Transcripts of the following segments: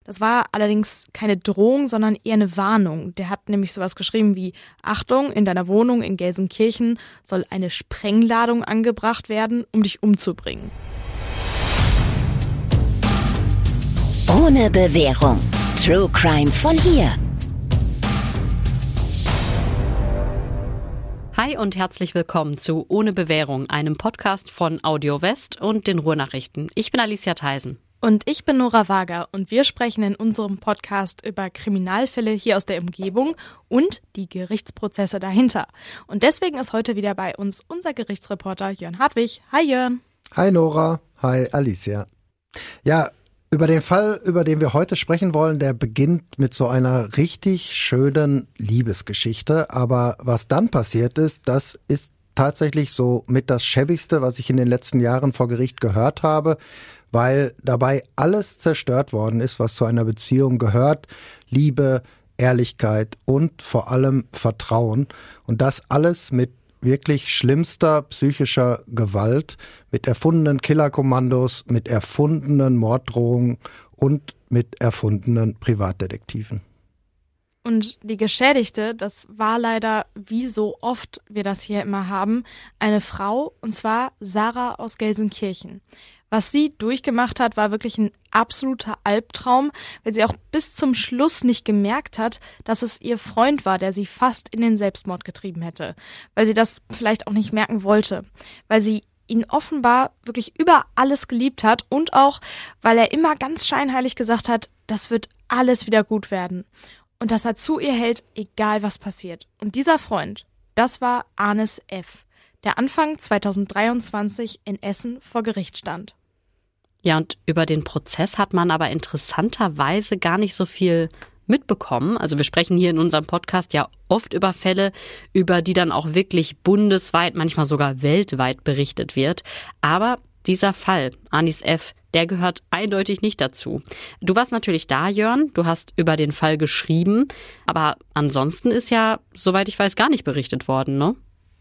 Das war allerdings keine Drohung, sondern eher eine Warnung. Der hat nämlich sowas geschrieben wie: Achtung, in deiner Wohnung in Gelsenkirchen soll eine Sprengladung angebracht werden, um dich umzubringen. Ohne Bewährung. True Crime von hier. Hi und herzlich willkommen zu Ohne Bewährung, einem Podcast von Audio West und den Ruhrnachrichten. Ich bin Alicia Theisen. Und ich bin Nora Wager und wir sprechen in unserem Podcast über Kriminalfälle hier aus der Umgebung und die Gerichtsprozesse dahinter. Und deswegen ist heute wieder bei uns unser Gerichtsreporter Jörn Hartwig. Hi Jörn. Hi Nora. Hi Alicia. Ja, über den Fall, über den wir heute sprechen wollen, der beginnt mit so einer richtig schönen Liebesgeschichte. Aber was dann passiert ist, das ist tatsächlich so mit das Schäbigste, was ich in den letzten Jahren vor Gericht gehört habe, weil dabei alles zerstört worden ist, was zu einer Beziehung gehört. Liebe, Ehrlichkeit und vor allem Vertrauen. Und das alles mit wirklich schlimmster psychischer Gewalt, mit erfundenen Killerkommandos, mit erfundenen Morddrohungen und mit erfundenen Privatdetektiven. Und die Geschädigte, das war leider, wie so oft wir das hier immer haben, eine Frau, und zwar Sarah aus Gelsenkirchen. Was sie durchgemacht hat, war wirklich ein absoluter Albtraum, weil sie auch bis zum Schluss nicht gemerkt hat, dass es ihr Freund war, der sie fast in den Selbstmord getrieben hätte. Weil sie das vielleicht auch nicht merken wollte. Weil sie ihn offenbar wirklich über alles geliebt hat und auch, weil er immer ganz scheinheilig gesagt hat, das wird alles wieder gut werden. Und dass er zu ihr hält, egal was passiert. Und dieser Freund, das war Anis F., der Anfang 2023 in Essen vor Gericht stand. Ja, und über den Prozess hat man aber interessanterweise gar nicht so viel mitbekommen. Also wir sprechen hier in unserem Podcast ja oft über Fälle, über die dann auch wirklich bundesweit, manchmal sogar weltweit berichtet wird. Aber dieser Fall, Anis F., der gehört eindeutig nicht dazu. Du warst natürlich da, Jörn, du hast über den Fall geschrieben, aber ansonsten ist ja, soweit ich weiß, gar nicht berichtet worden, ne?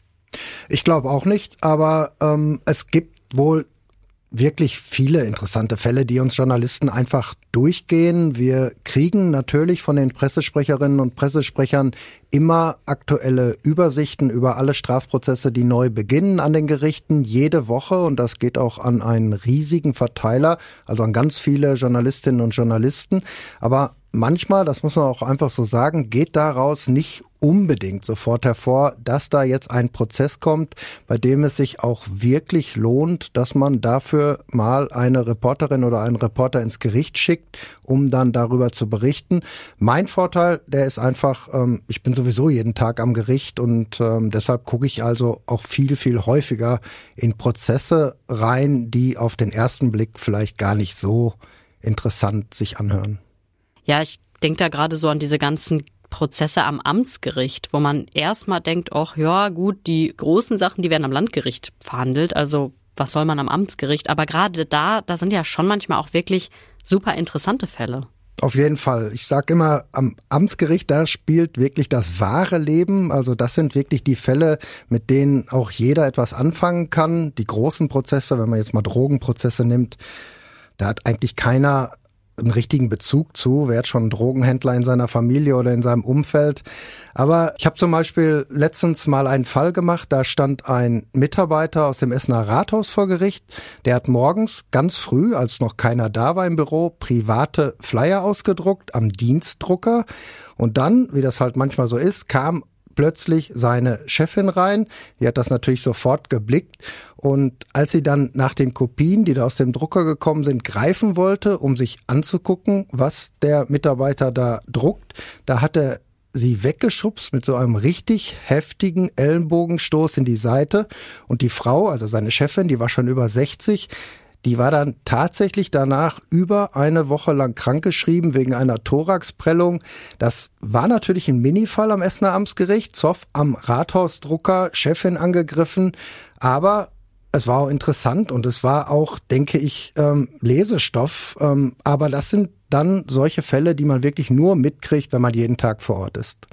Ich glaube auch nicht, aber es gibt wohl wirklich viele interessante Fälle, die uns Journalisten einfach durchgehen. Wir kriegen natürlich von den Pressesprecherinnen und Pressesprechern immer aktuelle Übersichten über alle Strafprozesse, die neu beginnen an den Gerichten, jede Woche. Und das geht auch an einen riesigen Verteiler, also an ganz viele Journalistinnen und Journalisten. Aber manchmal, das muss man auch einfach so sagen, geht daraus nicht unbedingt sofort hervor, dass da jetzt ein Prozess kommt, bei dem es sich auch wirklich lohnt, dass man dafür mal eine Reporterin oder einen Reporter ins Gericht schickt, um dann darüber zu berichten. Mein Vorteil, der ist einfach, ich bin sowieso jeden Tag am Gericht und deshalb gucke ich also auch viel, viel häufiger in Prozesse rein, die auf den ersten Blick vielleicht gar nicht so interessant sich anhören. Ja, ich denke da gerade so an diese ganzen Prozesse am Amtsgericht, wo man erstmal denkt, ach ja gut, die großen Sachen, die werden am Landgericht verhandelt, also was soll man am Amtsgericht? Aber gerade da sind ja schon manchmal auch wirklich super interessante Fälle. Auf jeden Fall. Ich sage immer, am Amtsgericht, da spielt wirklich das wahre Leben. Also das sind wirklich die Fälle, mit denen auch jeder etwas anfangen kann. Die großen Prozesse, wenn man jetzt mal Drogenprozesse nimmt, da hat eigentlich keiner einen richtigen Bezug zu, wer hat schon einen Drogenhändler in seiner Familie oder in seinem Umfeld. Aber ich habe zum Beispiel letztens mal einen Fall gemacht, da stand ein Mitarbeiter aus dem Essener Rathaus vor Gericht, der hat morgens ganz früh, als noch keiner da war im Büro, private Flyer ausgedruckt am Dienstdrucker und dann, wie das halt manchmal so ist, kam plötzlich seine Chefin rein, die hat das natürlich sofort geblickt und als sie dann nach den Kopien, die da aus dem Drucker gekommen sind, greifen wollte, um sich anzugucken, was der Mitarbeiter da druckt, da hat er sie weggeschubst mit so einem richtig heftigen Ellenbogenstoß in die Seite und die Frau, also seine Chefin, die war schon über 60, die war dann tatsächlich danach über eine Woche lang krankgeschrieben wegen einer Thoraxprellung. Das war natürlich ein Minifall am Essener Amtsgericht. Zoff am Rathausdrucker, Chefin angegriffen. Aber es war auch interessant und es war auch, denke ich, Lesestoff. Aber das sind dann solche Fälle, die man wirklich nur mitkriegt, wenn man jeden Tag vor Ort ist.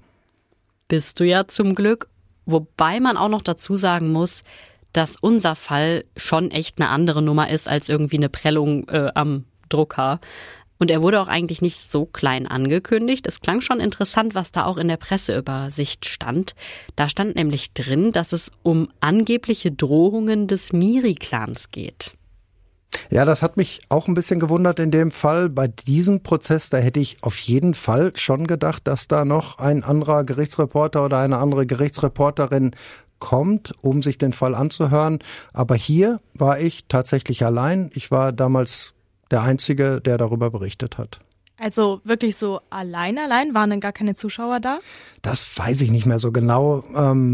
Bist du ja zum Glück. Wobei man auch noch dazu sagen muss, dass unser Fall schon echt eine andere Nummer ist als irgendwie eine Prellung am Drucker. Und er wurde auch eigentlich nicht so klein angekündigt. Es klang schon interessant, was da auch in der Presseübersicht stand. Da stand nämlich drin, dass es um angebliche Drohungen des Miri-Clans geht. Ja, das hat mich auch ein bisschen gewundert in dem Fall. Bei diesem Prozess, da hätte ich auf jeden Fall schon gedacht, dass da noch ein anderer Gerichtsreporter oder eine andere Gerichtsreporterin kommt, um sich den Fall anzuhören. Aber hier war ich tatsächlich allein. Ich war damals der Einzige, der darüber berichtet hat. Also wirklich so allein? Waren denn gar keine Zuschauer da? Das weiß ich nicht mehr so genau.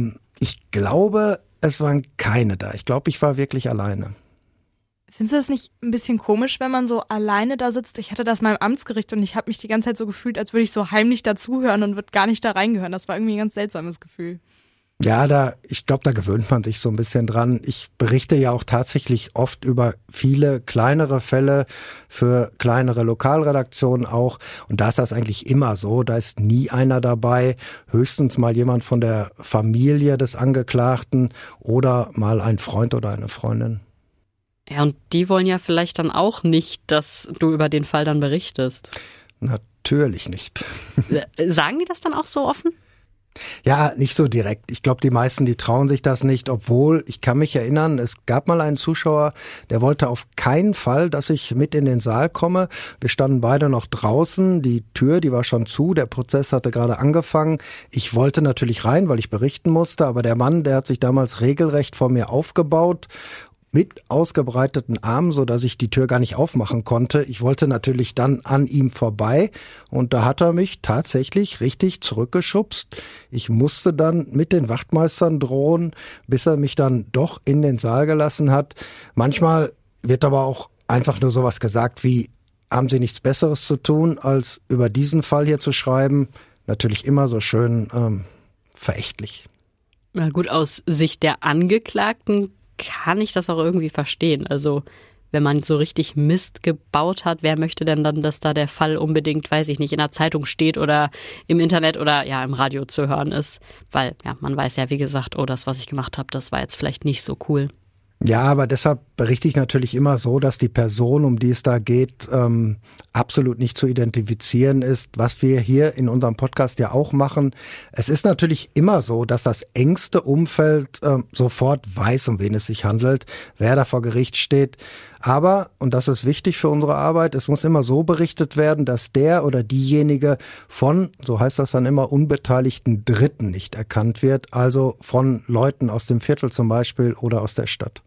Ich glaube, es waren keine da. Ich glaube, ich war wirklich alleine. Findest du das nicht ein bisschen komisch, wenn man so alleine da sitzt? Ich hatte das mal im Amtsgericht und ich habe mich die ganze Zeit so gefühlt, als würde ich so heimlich dazuhören und würde gar nicht da reingehören. Das war irgendwie ein ganz seltsames Gefühl. Ja, ich glaube, da gewöhnt man sich so ein bisschen dran. Ich berichte ja auch tatsächlich oft über viele kleinere Fälle für kleinere Lokalredaktionen auch. Und da ist das eigentlich immer so. Da ist nie einer dabei. Höchstens mal jemand von der Familie des Angeklagten oder mal ein Freund oder eine Freundin. Ja, und die wollen ja vielleicht dann auch nicht, dass du über den Fall dann berichtest. Natürlich nicht. Sagen die das dann auch so offen? Ja, nicht so direkt. Ich glaube, die meisten, die trauen sich das nicht, obwohl, ich kann mich erinnern, es gab mal einen Zuschauer, der wollte auf keinen Fall, dass ich mit in den Saal komme. Wir standen beide noch draußen, die Tür, die war schon zu, der Prozess hatte gerade angefangen. Ich wollte natürlich rein, weil ich berichten musste, aber der Mann, der hat sich damals regelrecht vor mir aufgebaut, mit ausgebreiteten Armen, so dass ich die Tür gar nicht aufmachen konnte. Ich wollte natürlich dann an ihm vorbei und da hat er mich tatsächlich richtig zurückgeschubst. Ich musste dann mit den Wachtmeistern drohen, bis er mich dann doch in den Saal gelassen hat. Manchmal wird aber auch einfach nur sowas gesagt wie, haben Sie nichts Besseres zu tun, als über diesen Fall hier zu schreiben? Natürlich immer so schön verächtlich. Na gut, aus Sicht der Angeklagten kann ich das auch irgendwie verstehen. Also wenn man so richtig Mist gebaut hat, wer möchte denn dann, dass da der Fall unbedingt, weiß ich nicht, in der Zeitung steht oder im Internet oder ja im Radio zu hören ist? Weil ja, man weiß ja, wie gesagt, oh, das, was ich gemacht habe, das war jetzt vielleicht nicht so cool. Ja, aber deshalb berichte ich natürlich immer so, dass die Person, um die es da geht, absolut nicht zu identifizieren ist, was wir hier in unserem Podcast ja auch machen. Es ist natürlich immer so, dass das engste Umfeld sofort weiß, um wen es sich handelt, wer da vor Gericht steht. Aber, und das ist wichtig für unsere Arbeit, es muss immer so berichtet werden, dass der oder diejenige von, so heißt das dann immer, unbeteiligten Dritten nicht erkannt wird, also von Leuten aus dem Viertel zum Beispiel oder aus der Stadt.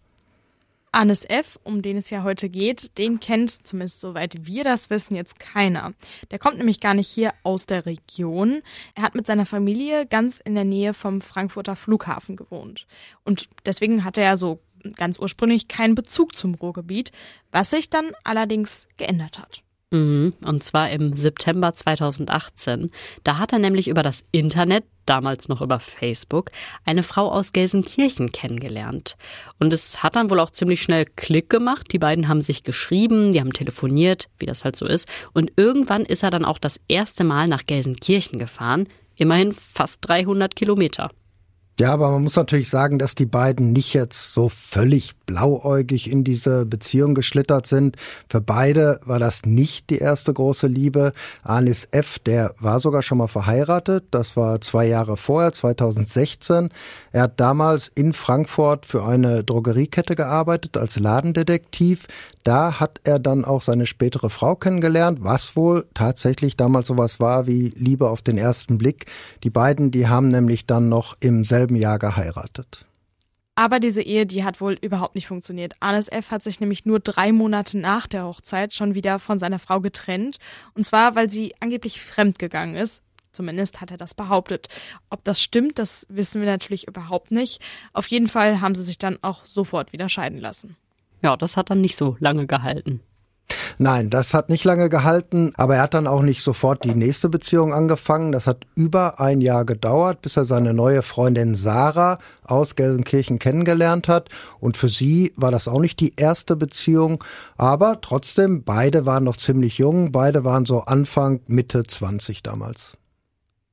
Anis F., um den es ja heute geht, den kennt, zumindest soweit wir das wissen, jetzt keiner. Der kommt nämlich gar nicht hier aus der Region. Er hat mit seiner Familie ganz in der Nähe vom Frankfurter Flughafen gewohnt. Und deswegen hatte er so ganz ursprünglich keinen Bezug zum Ruhrgebiet, was sich dann allerdings geändert hat. Und zwar im September 2018. Da hat er nämlich über das Internet, damals noch über Facebook, eine Frau aus Gelsenkirchen kennengelernt. Und es hat dann wohl auch ziemlich schnell Klick gemacht. Die beiden haben sich geschrieben, die haben telefoniert, wie das halt so ist. Und irgendwann ist er dann auch das erste Mal nach Gelsenkirchen gefahren. Immerhin fast 300 Kilometer. Ja, aber man muss natürlich sagen, dass die beiden nicht jetzt so völlig blauäugig in diese Beziehung geschlittert sind. Für beide war das nicht die erste große Liebe. Anis F., der war sogar schon mal verheiratet. Das war 2 Jahre vorher, 2016. Er hat damals in Frankfurt für eine Drogeriekette gearbeitet als Ladendetektiv. Da hat er dann auch seine spätere Frau kennengelernt, was wohl tatsächlich damals sowas war wie Liebe auf den ersten Blick. Die beiden, die haben nämlich dann noch im selben Jahr geheiratet. Aber diese Ehe, die hat wohl überhaupt nicht funktioniert. Anis F. hat sich nämlich nur 3 Monate nach der Hochzeit schon wieder von seiner Frau getrennt. Und zwar, weil sie angeblich fremdgegangen ist. Zumindest hat er das behauptet. Ob das stimmt, das wissen wir natürlich überhaupt nicht. Auf jeden Fall haben sie sich dann auch sofort wieder scheiden lassen. Ja, das hat dann nicht so lange gehalten. Nein, das hat nicht lange gehalten, aber er hat dann auch nicht sofort die nächste Beziehung angefangen. Das hat über 1 Jahr gedauert, bis er seine neue Freundin Sarah aus Gelsenkirchen kennengelernt hat. Und für sie war das auch nicht die erste Beziehung, aber trotzdem, beide waren noch ziemlich jung, beide waren so Anfang, Mitte 20 damals.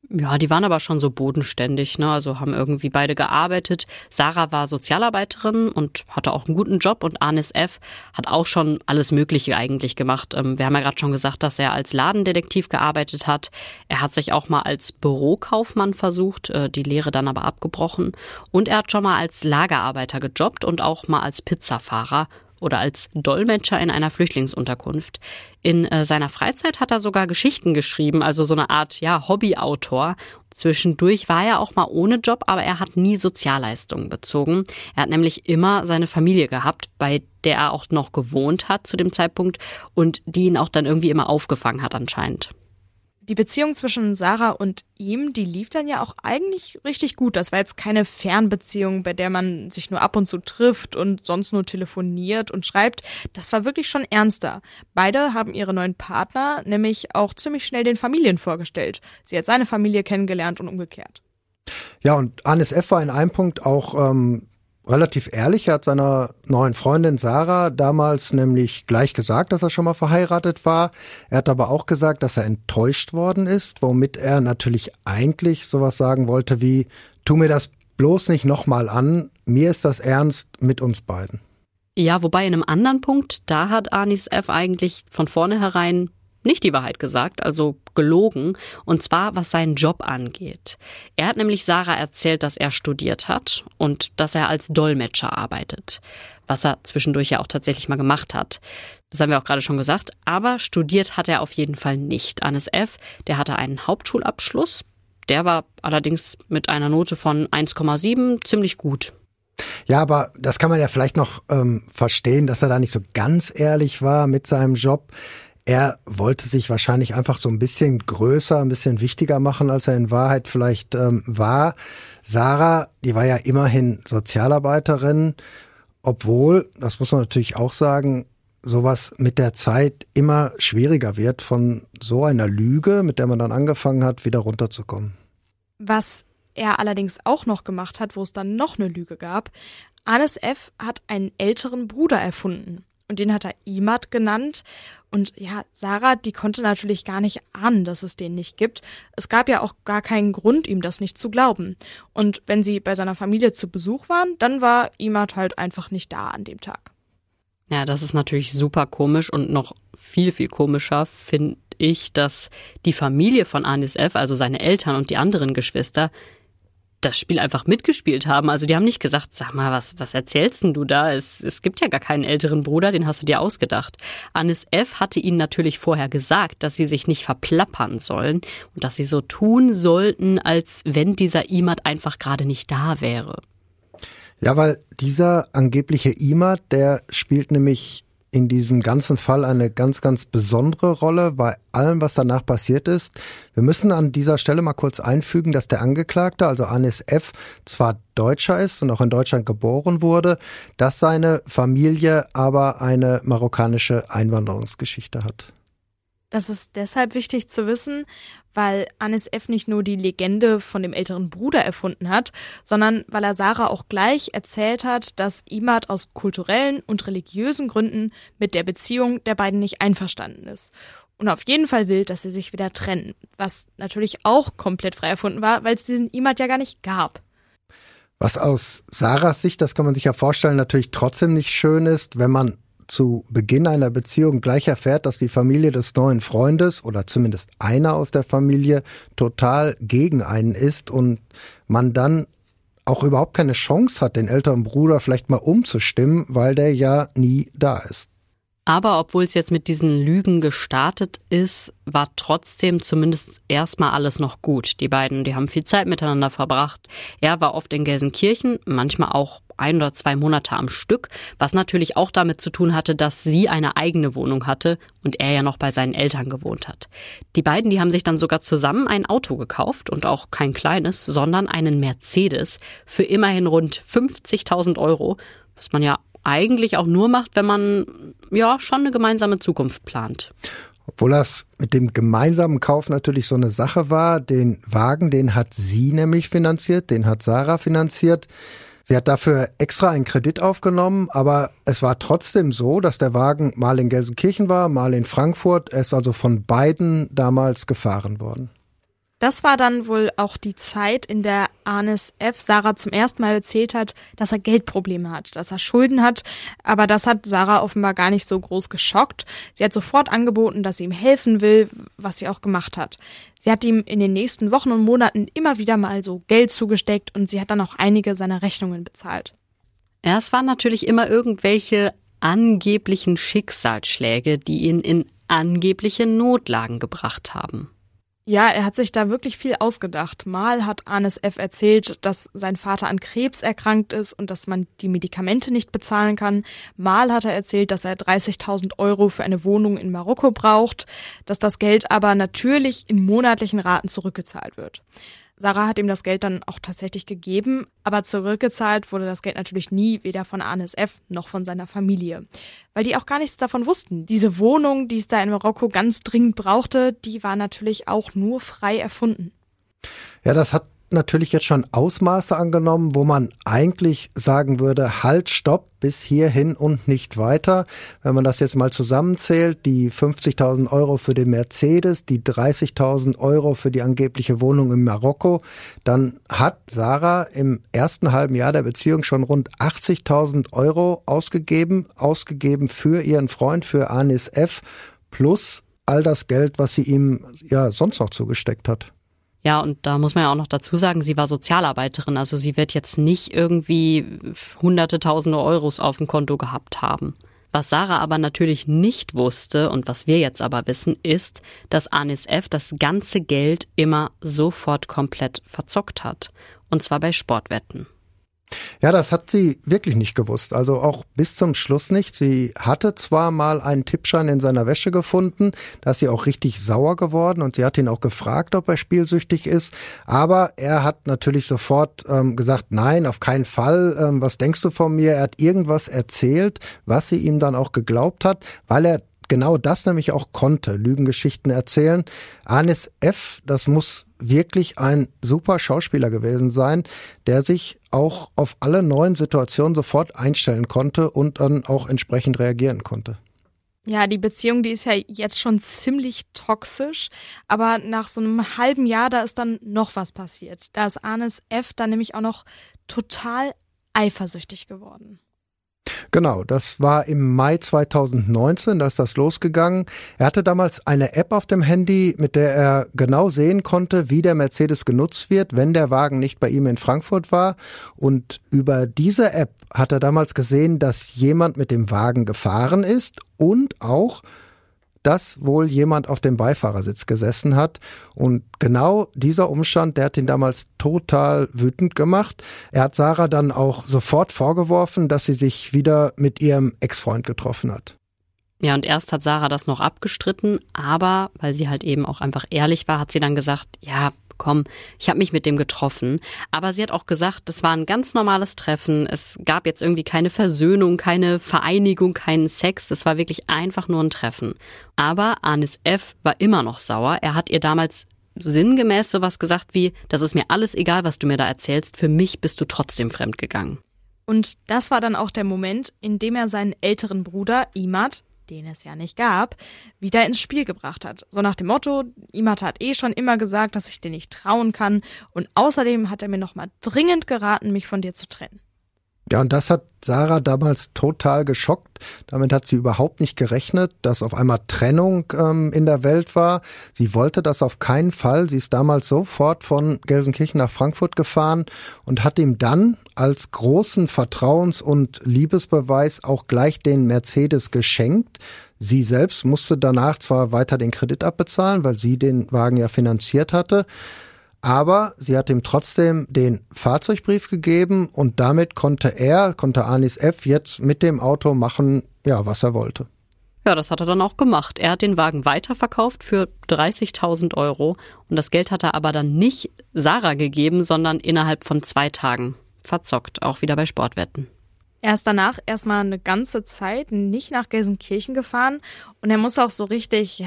Ja, die waren aber schon so bodenständig, ne? Also haben irgendwie beide gearbeitet. Sarah war Sozialarbeiterin und hatte auch einen guten Job und Anis F. hat auch schon alles Mögliche eigentlich gemacht. Wir haben ja gerade schon gesagt, dass er als Ladendetektiv gearbeitet hat. Er hat sich auch mal als Bürokaufmann versucht, die Lehre dann aber abgebrochen. Und er hat schon mal als Lagerarbeiter gejobbt und auch mal als Pizzafahrer oder als Dolmetscher in einer Flüchtlingsunterkunft. In seiner Freizeit hat er sogar Geschichten geschrieben, also so eine Art Hobbyautor. Zwischendurch war er auch mal ohne Job, aber er hat nie Sozialleistungen bezogen. Er hat nämlich immer seine Familie gehabt, bei der er auch noch gewohnt hat zu dem Zeitpunkt und die ihn auch dann irgendwie immer aufgefangen hat anscheinend. Die Beziehung zwischen Sarah und ihm, die lief dann ja auch eigentlich richtig gut. Das war jetzt keine Fernbeziehung, bei der man sich nur ab und zu trifft und sonst nur telefoniert und schreibt. Das war wirklich schon ernster. Beide haben ihre neuen Partner nämlich auch ziemlich schnell den Familien vorgestellt. Sie hat seine Familie kennengelernt und umgekehrt. Ja, und Anis F. war in einem Punkt auch relativ ehrlich. Er hat seiner neuen Freundin Sarah damals nämlich gleich gesagt, dass er schon mal verheiratet war. Er hat aber auch gesagt, dass er enttäuscht worden ist, womit er natürlich eigentlich sowas sagen wollte wie, tu mir das bloß nicht nochmal an, mir ist das ernst mit uns beiden. Ja, wobei in einem anderen Punkt, da hat Anis F. eigentlich von vornherein nicht die Wahrheit gesagt, also gelogen, und zwar was seinen Job angeht. Er hat nämlich Sarah erzählt, dass er studiert hat und dass er als Dolmetscher arbeitet, was er zwischendurch ja auch tatsächlich mal gemacht hat. Das haben wir auch gerade schon gesagt, aber studiert hat er auf jeden Fall nicht. Anis F., der hatte einen Hauptschulabschluss, der war allerdings mit einer Note von 1,7 ziemlich gut. Ja, aber das kann man ja vielleicht noch verstehen, dass er da nicht so ganz ehrlich war mit seinem Job. Er wollte sich wahrscheinlich einfach so ein bisschen größer, ein bisschen wichtiger machen, als er in Wahrheit vielleicht war. Sarah, die war ja immerhin Sozialarbeiterin, obwohl, das muss man natürlich auch sagen, sowas mit der Zeit immer schwieriger wird, von so einer Lüge, mit der man dann angefangen hat, wieder runterzukommen. Was er allerdings auch noch gemacht hat, wo es dann noch eine Lüge gab, Anis F. hat einen älteren Bruder erfunden. Und den hat er Imad genannt. Und ja, Sarah, die konnte natürlich gar nicht ahnen, dass es den nicht gibt. Es gab ja auch gar keinen Grund, ihm das nicht zu glauben. Und wenn sie bei seiner Familie zu Besuch waren, dann war Imad halt einfach nicht da an dem Tag. Ja, das ist natürlich super komisch und noch viel, viel komischer finde ich, dass die Familie von Anis F., also seine Eltern und die anderen Geschwister, das Spiel einfach mitgespielt haben. Also die haben nicht gesagt, sag mal, was erzählst denn du da? Es gibt ja gar keinen älteren Bruder, den hast du dir ausgedacht. Anis F. hatte ihnen natürlich vorher gesagt, dass sie sich nicht verplappern sollen und dass sie so tun sollten, als wenn dieser Imad einfach gerade nicht da wäre. Ja, weil dieser angebliche Imad, der spielt nämlich in diesem ganzen Fall eine ganz, ganz besondere Rolle bei allem, was danach passiert ist. Wir müssen an dieser Stelle mal kurz einfügen, dass der Angeklagte, also Anis F., zwar Deutscher ist und auch in Deutschland geboren wurde, dass seine Familie aber eine marokkanische Einwanderungsgeschichte hat. Das ist deshalb wichtig zu wissen, weil Anis F. nicht nur die Legende von dem älteren Bruder erfunden hat, sondern weil er Sarah auch gleich erzählt hat, dass Imad aus kulturellen und religiösen Gründen mit der Beziehung der beiden nicht einverstanden ist. Und auf jeden Fall will, dass sie sich wieder trennen, was natürlich auch komplett frei erfunden war, weil es diesen Imad ja gar nicht gab. Was aus Sarahs Sicht, das kann man sich ja vorstellen, natürlich trotzdem nicht schön ist, wenn man zu Beginn einer Beziehung gleich erfährt, dass die Familie des neuen Freundes oder zumindest einer aus der Familie total gegen einen ist und man dann auch überhaupt keine Chance hat, den älteren Bruder vielleicht mal umzustimmen, weil der ja nie da ist. Aber obwohl es jetzt mit diesen Lügen gestartet ist, war trotzdem zumindest erstmal alles noch gut. Die beiden, die haben viel Zeit miteinander verbracht. Er war oft in Gelsenkirchen, manchmal auch 1 oder 2 Monate am Stück, was natürlich auch damit zu tun hatte, dass sie eine eigene Wohnung hatte und er ja noch bei seinen Eltern gewohnt hat. Die beiden, die haben sich dann sogar zusammen ein Auto gekauft und auch kein kleines, sondern einen Mercedes für immerhin rund 50.000 €, was man ja eigentlich auch nur macht, wenn man ja schon eine gemeinsame Zukunft plant. Obwohl das mit dem gemeinsamen Kauf natürlich so eine Sache war, den Wagen, den hat sie nämlich finanziert, den hat Sarah finanziert. Sie hat dafür extra einen Kredit aufgenommen, aber es war trotzdem so, dass der Wagen mal in Gelsenkirchen war, mal in Frankfurt. Er ist also von beiden damals gefahren worden. Das war dann wohl auch die Zeit, in der Anis F. Sarah zum ersten Mal erzählt hat, dass er Geldprobleme hat, dass er Schulden hat. Aber das hat Sarah offenbar gar nicht so groß geschockt. Sie hat sofort angeboten, dass sie ihm helfen will, was sie auch gemacht hat. Sie hat ihm in den nächsten Wochen und Monaten immer wieder mal so Geld zugesteckt und sie hat dann auch einige seiner Rechnungen bezahlt. Ja, es waren natürlich immer irgendwelche angeblichen Schicksalsschläge, die ihn in angebliche Notlagen gebracht haben. Ja, er hat sich da wirklich viel ausgedacht. Mal hat Anis F. erzählt, dass sein Vater an Krebs erkrankt ist und dass man die Medikamente nicht bezahlen kann. Mal hat er erzählt, dass er 30.000 € für eine Wohnung in Marokko braucht, dass das Geld aber natürlich in monatlichen Raten zurückgezahlt wird. Sarah hat ihm das Geld dann auch tatsächlich gegeben, aber zurückgezahlt wurde das Geld natürlich nie, weder von Anis F. noch von seiner Familie. Weil die auch gar nichts davon wussten. Diese Wohnung, die es da in Marokko ganz dringend brauchte, die war natürlich auch nur frei erfunden. Ja, das hat natürlich jetzt schon Ausmaße angenommen, wo man eigentlich sagen würde, halt, stopp, bis hierhin und nicht weiter. Wenn man das jetzt mal zusammenzählt, die 50.000 € für den Mercedes, die 30.000 € für die angebliche Wohnung in Marokko, dann hat Sarah im ersten halben Jahr der Beziehung schon rund 80.000 € ausgegeben für ihren Freund, für Anis F., plus all das Geld, was sie ihm ja sonst noch zugesteckt hat. Ja, und da muss man ja auch noch dazu sagen, sie war Sozialarbeiterin, also sie wird jetzt nicht irgendwie hunderte, tausende Euros auf dem Konto gehabt haben. Was Sarah aber natürlich nicht wusste und was wir jetzt aber wissen, ist, dass Anis F. das ganze Geld immer sofort komplett verzockt hat. Und zwar bei Sportwetten. Ja, das hat sie wirklich nicht gewusst, also auch bis zum Schluss nicht. Sie hatte zwar mal einen Tippschein in seiner Wäsche gefunden, da ist sie auch richtig sauer geworden und sie hat ihn auch gefragt, ob er spielsüchtig ist, aber er hat natürlich sofort gesagt, nein, auf keinen Fall, was denkst du von mir? Er hat irgendwas erzählt, was sie ihm dann auch geglaubt hat, weil er genau das nämlich auch konnte, Lügengeschichten erzählen. Anis F., das muss wirklich ein super Schauspieler gewesen sein, der sich auch auf alle neuen Situationen sofort einstellen konnte und dann auch entsprechend reagieren konnte. Ja, die Beziehung, die ist ja jetzt schon ziemlich toxisch, aber nach so einem halben Jahr, da ist dann noch was passiert. Da ist Anis F. dann nämlich auch noch total eifersüchtig geworden. Genau, das war im Mai 2019, da ist das losgegangen. Er hatte damals eine App auf dem Handy, mit der er genau sehen konnte, wie der Mercedes genutzt wird, wenn der Wagen nicht bei ihm in Frankfurt war. Und über diese App hat er damals gesehen, dass jemand mit dem Wagen gefahren ist und auch, dass wohl jemand auf dem Beifahrersitz gesessen hat. Und genau dieser Umstand, der hat ihn damals total wütend gemacht. Er hat Sarah dann auch sofort vorgeworfen, dass sie sich wieder mit ihrem Ex-Freund getroffen hat. Ja, und erst hat Sarah das noch abgestritten, aber weil sie halt eben auch einfach ehrlich war, hat sie dann gesagt, ja, komm, ich habe mich mit dem getroffen. Aber sie hat auch gesagt, das war ein ganz normales Treffen. Es gab jetzt irgendwie keine Versöhnung, keine Vereinigung, keinen Sex. Das war wirklich einfach nur ein Treffen. Aber Anis F. war immer noch sauer. Er hat ihr damals sinngemäß sowas gesagt wie, das ist mir alles egal, was du mir da erzählst. Für mich bist du trotzdem fremdgegangen. Und das war dann auch der Moment, in dem er seinen älteren Bruder Imad, den es ja nicht gab, wieder ins Spiel gebracht hat. So nach dem Motto, Imad hat schon immer gesagt, dass ich dir nicht trauen kann und außerdem hat er mir nochmal dringend geraten, mich von dir zu trennen. Ja, und das hat Sarah damals total geschockt. Damit hat sie überhaupt nicht gerechnet, dass auf einmal Trennung in der Welt war. Sie wollte das auf keinen Fall. Sie ist damals sofort von Gelsenkirchen nach Frankfurt gefahren und hat ihm dann als großen Vertrauens- und Liebesbeweis auch gleich den Mercedes geschenkt. Sie selbst musste danach zwar weiter den Kredit abbezahlen, weil sie den Wagen ja finanziert hatte, aber sie hat ihm trotzdem den Fahrzeugbrief gegeben und damit konnte Anis F. jetzt mit dem Auto machen, ja, was er wollte. Ja, das hat er dann auch gemacht. Er hat den Wagen weiterverkauft für 30.000 € und das Geld hat er aber dann nicht Sarah gegeben, sondern innerhalb von 2 Tagen verzockt, auch wieder bei Sportwetten. Er ist danach erstmal eine ganze Zeit nicht nach Gelsenkirchen gefahren und er muss auch so richtig,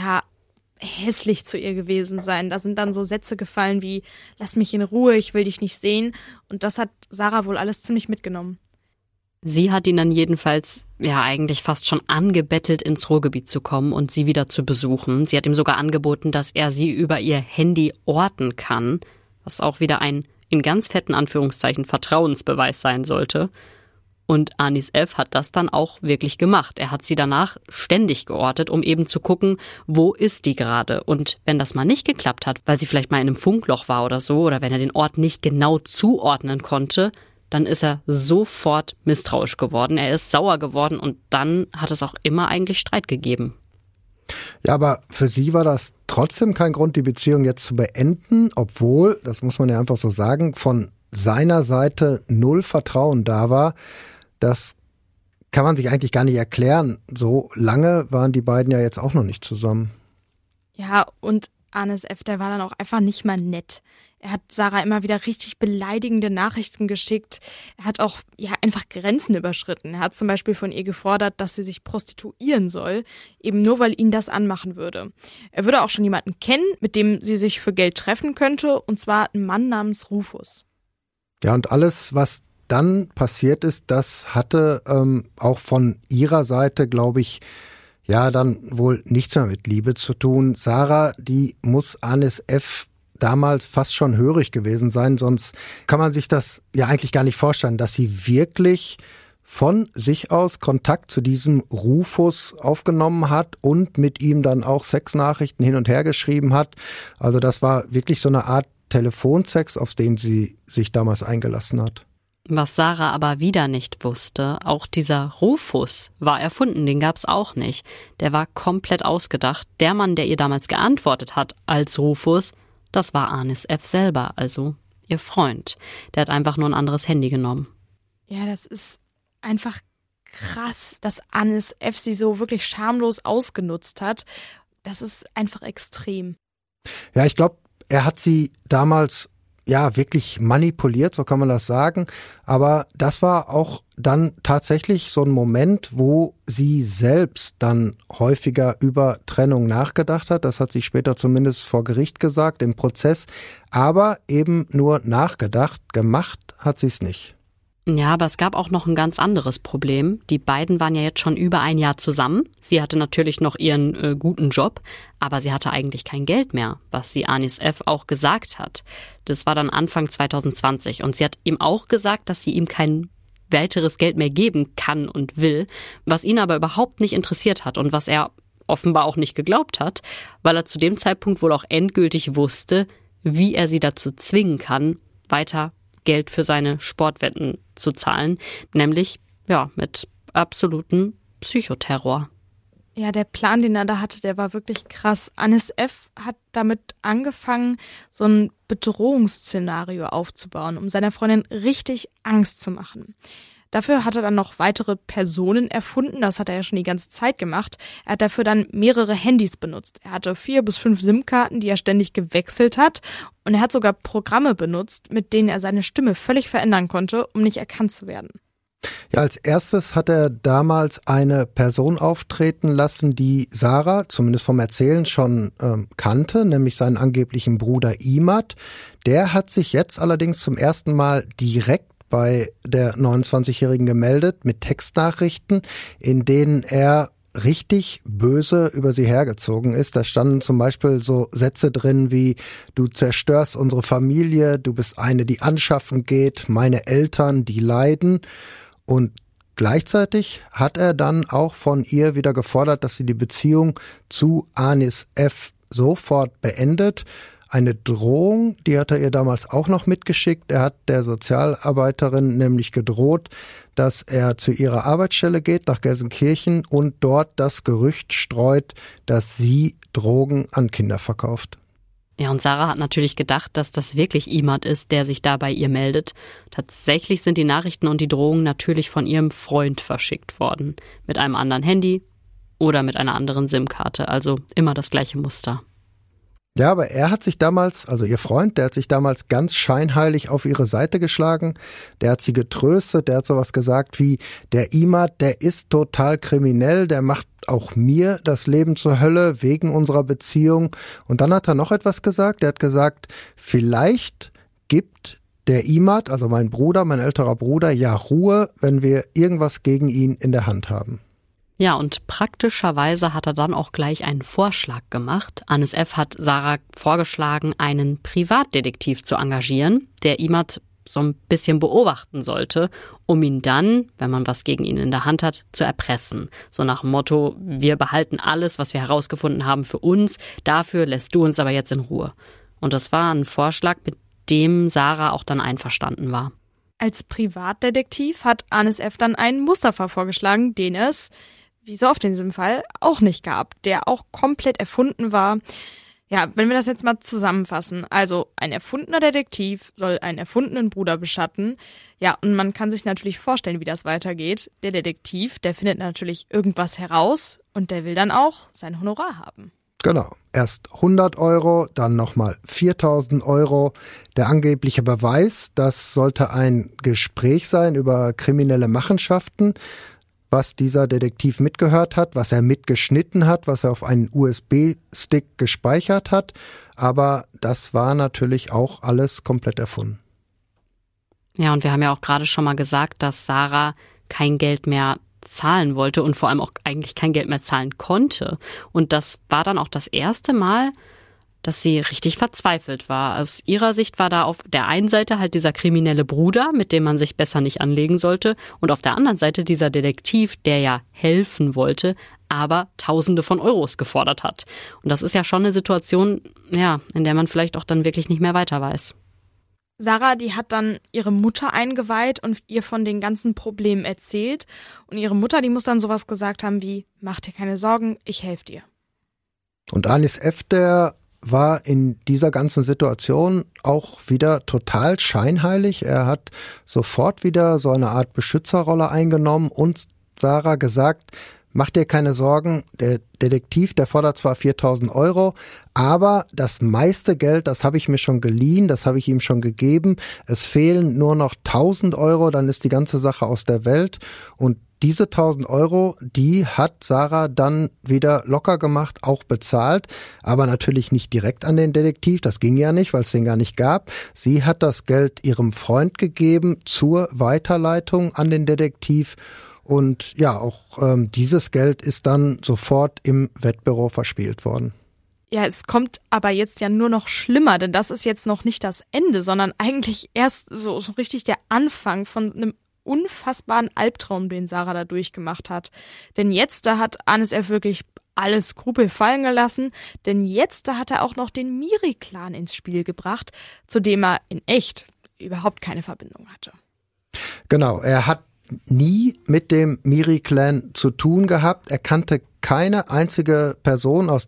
hässlich zu ihr gewesen sein. Da sind dann so Sätze gefallen wie, lass mich in Ruhe, ich will dich nicht sehen. Und das hat Sarah wohl alles ziemlich mitgenommen. Sie hat ihn dann jedenfalls eigentlich fast schon angebettelt, ins Ruhrgebiet zu kommen und sie wieder zu besuchen. Sie hat ihm sogar angeboten, dass er sie über ihr Handy orten kann, was auch wieder ein in ganz fetten Anführungszeichen Vertrauensbeweis sein sollte. Und Anis F. hat das dann auch wirklich gemacht. Er hat sie danach ständig geortet, um eben zu gucken, wo ist die gerade. Und wenn das mal nicht geklappt hat, weil sie vielleicht mal in einem Funkloch war oder so, oder wenn er den Ort nicht genau zuordnen konnte, dann ist er sofort misstrauisch geworden. Er ist sauer geworden und dann hat es auch immer eigentlich Streit gegeben. Ja, aber für sie war das trotzdem kein Grund, die Beziehung jetzt zu beenden, obwohl, das muss man ja einfach so sagen, von seiner Seite null Vertrauen da war. Das kann man sich eigentlich gar nicht erklären. So lange waren die beiden ja jetzt auch noch nicht zusammen. Ja, und Anis F., der war dann auch einfach nicht mal nett. Er hat Sarah immer wieder richtig beleidigende Nachrichten geschickt. Er hat auch einfach Grenzen überschritten. Er hat zum Beispiel von ihr gefordert, dass sie sich prostituieren soll, eben nur weil ihn das anmachen würde. Er würde auch schon jemanden kennen, mit dem sie sich für Geld treffen könnte, und zwar einen Mann namens Rufus. Ja, und alles, was dann passiert ist, das hatte auch von ihrer Seite, glaube ich, dann wohl nichts mehr mit Liebe zu tun. Sarah, die muss Anis F. damals fast schon hörig gewesen sein, sonst kann man sich das ja eigentlich gar nicht vorstellen, dass sie wirklich von sich aus Kontakt zu diesem Rufus aufgenommen hat und mit ihm dann auch Sexnachrichten hin und her geschrieben hat. Also das war wirklich so eine Art Telefonsex, auf den sie sich damals eingelassen hat. Was Sarah aber wieder nicht wusste, auch dieser Rufus war erfunden, den gab's auch nicht. Der war komplett ausgedacht. Der Mann, der ihr damals geantwortet hat als Rufus, das war Anis F. selber, also ihr Freund. Der hat einfach nur ein anderes Handy genommen. Ja, das ist einfach krass, dass Anis F. sie so wirklich schamlos ausgenutzt hat. Das ist einfach extrem. Ja, ich glaube, er hat sie damals wirklich manipuliert, so kann man das sagen. Aber das war auch dann tatsächlich so ein Moment, wo sie selbst dann häufiger über Trennung nachgedacht hat. Das hat sie später zumindest vor Gericht gesagt, im Prozess. Aber eben nur nachgedacht, gemacht hat sie es nicht. Ja, aber es gab auch noch ein ganz anderes Problem. Die beiden waren ja jetzt schon über ein Jahr zusammen. Sie hatte natürlich noch ihren guten Job, aber sie hatte eigentlich kein Geld mehr, was sie Anis F. auch gesagt hat. Das war dann Anfang 2020 und sie hat ihm auch gesagt, dass sie ihm kein weiteres Geld mehr geben kann und will, was ihn aber überhaupt nicht interessiert hat und was er offenbar auch nicht geglaubt hat, weil er zu dem Zeitpunkt wohl auch endgültig wusste, wie er sie dazu zwingen kann, weiter Geld für seine Sportwetten zu zahlen, nämlich mit absolutem Psychoterror. Ja, der Plan, den er da hatte, der war wirklich krass. Anis F. hat damit angefangen, so ein Bedrohungsszenario aufzubauen, um seiner Freundin richtig Angst zu machen. Dafür hat er dann noch weitere Personen erfunden, das hat er ja schon die ganze Zeit gemacht. Er hat dafür dann mehrere Handys benutzt. Er hatte 4 bis 5 SIM-Karten, die er ständig gewechselt hat. Und er hat sogar Programme benutzt, mit denen er seine Stimme völlig verändern konnte, um nicht erkannt zu werden. Ja, als erstes hat er damals eine Person auftreten lassen, die Sarah, zumindest vom Erzählen, schon kannte, nämlich seinen angeblichen Bruder Imad. Der hat sich jetzt allerdings zum ersten Mal direkt bei der 29-Jährigen gemeldet mit Textnachrichten, in denen er richtig böse über sie hergezogen ist. Da standen zum Beispiel so Sätze drin wie: Du zerstörst unsere Familie, du bist eine, die anschaffen geht, meine Eltern, die leiden. Und gleichzeitig hat er dann auch von ihr wieder gefordert, dass sie die Beziehung zu Anis F. sofort beendet. Eine Drohung, die hat er ihr damals auch noch mitgeschickt. Er hat der Sozialarbeiterin nämlich gedroht, dass er zu ihrer Arbeitsstelle geht nach Gelsenkirchen und dort das Gerücht streut, dass sie Drogen an Kinder verkauft. Ja, und Sarah hat natürlich gedacht, dass das wirklich Imad ist, der sich da bei ihr meldet. Tatsächlich sind die Nachrichten und die Drohungen natürlich von ihrem Freund verschickt worden. Mit einem anderen Handy oder mit einer anderen SIM-Karte. Also immer das gleiche Muster. Ja, aber er hat sich damals, also ihr Freund, der hat sich damals ganz scheinheilig auf ihre Seite geschlagen. Der hat sie getröstet, der hat sowas gesagt wie: Der Imad, der ist total kriminell, der macht auch mir das Leben zur Hölle wegen unserer Beziehung. Und dann hat er noch etwas gesagt, der hat gesagt, vielleicht gibt der Imad, also mein Bruder, mein älterer Bruder, ja Ruhe, wenn wir irgendwas gegen ihn in der Hand haben. Ja, und praktischerweise hat er dann auch gleich einen Vorschlag gemacht. Anis F. hat Sarah vorgeschlagen, einen Privatdetektiv zu engagieren, der Imad so ein bisschen beobachten sollte, um ihn dann, wenn man was gegen ihn in der Hand hat, zu erpressen. So nach dem Motto, wir behalten alles, was wir herausgefunden haben, für uns, dafür lässt du uns aber jetzt in Ruhe. Und das war ein Vorschlag, mit dem Sarah auch dann einverstanden war. Als Privatdetektiv hat Anis F. dann einen Mustafa vorgeschlagen, den es, wie so oft in diesem Fall, auch nicht gab, der auch komplett erfunden war. Ja, wenn wir das jetzt mal zusammenfassen, also ein erfundener Detektiv soll einen erfundenen Bruder beschatten. Ja, und man kann sich natürlich vorstellen, wie das weitergeht. Der Detektiv, der findet natürlich irgendwas heraus und der will dann auch sein Honorar haben. Genau, erst 100 Euro, dann nochmal 4.000 Euro. Der angebliche Beweis, das sollte ein Gespräch sein über kriminelle Machenschaften, was dieser Detektiv mitgehört hat, was er mitgeschnitten hat, was er auf einen USB-Stick gespeichert hat. Aber das war natürlich auch alles komplett erfunden. Ja, und wir haben ja auch gerade schon mal gesagt, dass Sarah kein Geld mehr zahlen wollte und vor allem auch eigentlich kein Geld mehr zahlen konnte. Und das war dann auch das erste Mal, dass sie richtig verzweifelt war. Aus ihrer Sicht war da auf der einen Seite halt dieser kriminelle Bruder, mit dem man sich besser nicht anlegen sollte, und auf der anderen Seite dieser Detektiv, der ja helfen wollte, aber Tausende von Euros gefordert hat. Und das ist ja schon eine Situation, ja, in der man vielleicht auch dann wirklich nicht mehr weiter weiß. Sarah, die hat dann ihre Mutter eingeweiht und ihr von den ganzen Problemen erzählt. Und ihre Mutter, die muss dann sowas gesagt haben wie, mach dir keine Sorgen, ich helfe dir. Und Anis F., der war in dieser ganzen Situation auch wieder total scheinheilig. Er hat sofort wieder so eine Art Beschützerrolle eingenommen und Sarah gesagt, mach dir keine Sorgen, der Detektiv, der fordert zwar 4.000 Euro, aber das meiste Geld, das habe ich mir schon geliehen, das habe ich ihm schon gegeben. Es fehlen nur noch 1.000 Euro, dann ist die ganze Sache aus der Welt. Und diese 1.000 Euro, die hat Sarah dann wieder locker gemacht, auch bezahlt, aber natürlich nicht direkt an den Detektiv, das ging ja nicht, weil es den gar nicht gab. Sie hat das Geld ihrem Freund gegeben zur Weiterleitung an den Detektiv und ja, auch dieses Geld ist dann sofort im Wettbüro verspielt worden. Ja, es kommt aber jetzt ja nur noch schlimmer, denn das ist jetzt noch nicht das Ende, sondern eigentlich erst so richtig der Anfang von einem unfassbaren Albtraum, den Sarah da durchgemacht hat. Denn jetzt, da hat Anis F. wirklich alle Skrupel fallen gelassen, denn jetzt, da hat er auch noch den Miri-Clan ins Spiel gebracht, zu dem er in echt überhaupt keine Verbindung hatte. Genau, er hat nie mit dem Miri-Clan zu tun gehabt. Er kannte keine einzige Person aus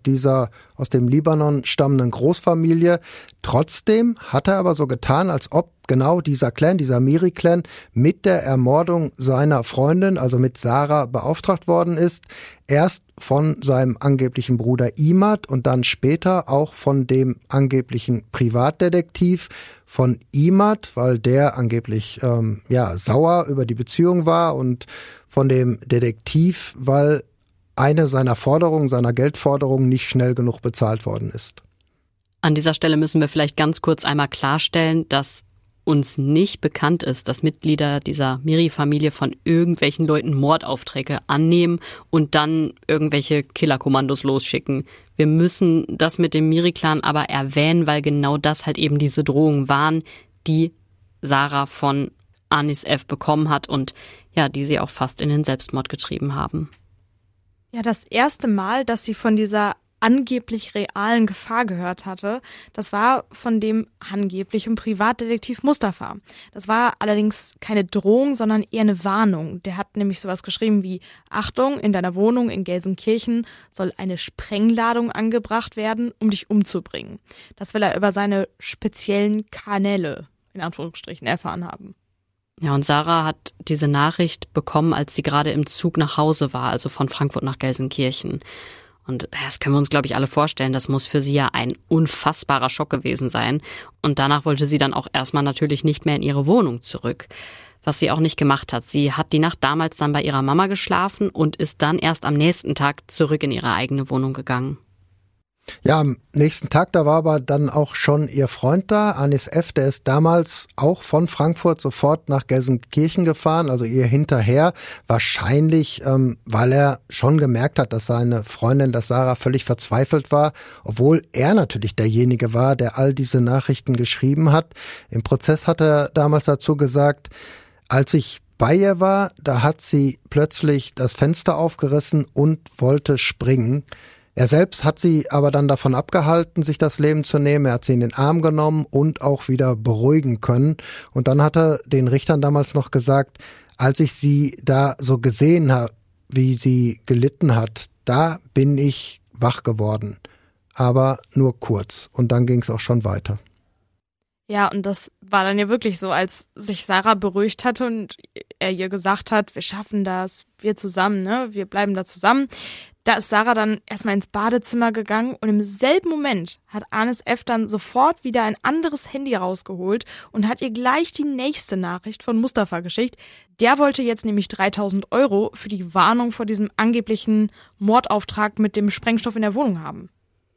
dem Libanon stammenden Großfamilie. Trotzdem hat er aber so getan, als ob genau dieser Clan, dieser Miri-Clan mit der Ermordung seiner Freundin, also mit Sarah, beauftragt worden ist. Erst von seinem angeblichen Bruder Imad und dann später auch von dem angeblichen Privatdetektiv von Imad, weil der angeblich sauer über die Beziehung war, und von dem Detektiv, weil eine seiner Geldforderungen nicht schnell genug bezahlt worden ist. An dieser Stelle müssen wir vielleicht ganz kurz einmal klarstellen, dass uns nicht bekannt ist, dass Mitglieder dieser Miri-Familie von irgendwelchen Leuten Mordaufträge annehmen und dann irgendwelche Killerkommandos losschicken. Wir müssen das mit dem Miri-Clan aber erwähnen, weil genau das halt eben diese Drohungen waren, die Sarah von Anis F. bekommen hat und ja, die sie auch fast in den Selbstmord getrieben haben. Ja, das erste Mal, dass sie von dieser angeblich realen Gefahr gehört hatte, das war von dem angeblichen Privatdetektiv Mustafa. Das war allerdings keine Drohung, sondern eher eine Warnung. Der hat nämlich sowas geschrieben wie, Achtung, in deiner Wohnung in Gelsenkirchen soll eine Sprengladung angebracht werden, um dich umzubringen. Das will er über seine speziellen Kanäle, in Anführungsstrichen, erfahren haben. Ja, und Sarah hat diese Nachricht bekommen, als sie gerade im Zug nach Hause war, also von Frankfurt nach Gelsenkirchen. Und das können wir uns, glaube ich, alle vorstellen. Das muss für sie ja ein unfassbarer Schock gewesen sein. Und danach wollte sie dann auch erstmal natürlich nicht mehr in ihre Wohnung zurück. Was sie auch nicht gemacht hat. Sie hat die Nacht damals dann bei ihrer Mama geschlafen und ist dann erst am nächsten Tag zurück in ihre eigene Wohnung gegangen. Ja, am nächsten Tag, da war aber dann auch schon ihr Freund da, Anis F., der ist damals auch von Frankfurt sofort nach Gelsenkirchen gefahren, also ihr hinterher, wahrscheinlich, weil er schon gemerkt hat, dass seine Freundin, dass Sarah völlig verzweifelt war, obwohl er natürlich derjenige war, der all diese Nachrichten geschrieben hat. Im Prozess hat er damals dazu gesagt, als ich bei ihr war, da hat sie plötzlich das Fenster aufgerissen und wollte springen. Er selbst hat sie aber dann davon abgehalten, sich das Leben zu nehmen. Er hat sie in den Arm genommen und auch wieder beruhigen können. Und dann hat er den Richtern damals noch gesagt, als ich sie da so gesehen habe, wie sie gelitten hat, da bin ich wach geworden. Aber nur kurz. Und dann ging es auch schon weiter. Ja, und das war dann ja wirklich so, als sich Sarah beruhigt hatte und er ihr gesagt hat, wir schaffen das, wir zusammen, ne, wir bleiben da zusammen. Da ist Sarah dann erstmal ins Badezimmer gegangen und im selben Moment hat Anis F. dann sofort wieder ein anderes Handy rausgeholt und hat ihr gleich die nächste Nachricht von Mustafa geschickt. Der wollte jetzt nämlich 3.000 € für die Warnung vor diesem angeblichen Mordauftrag mit dem Sprengstoff in der Wohnung haben.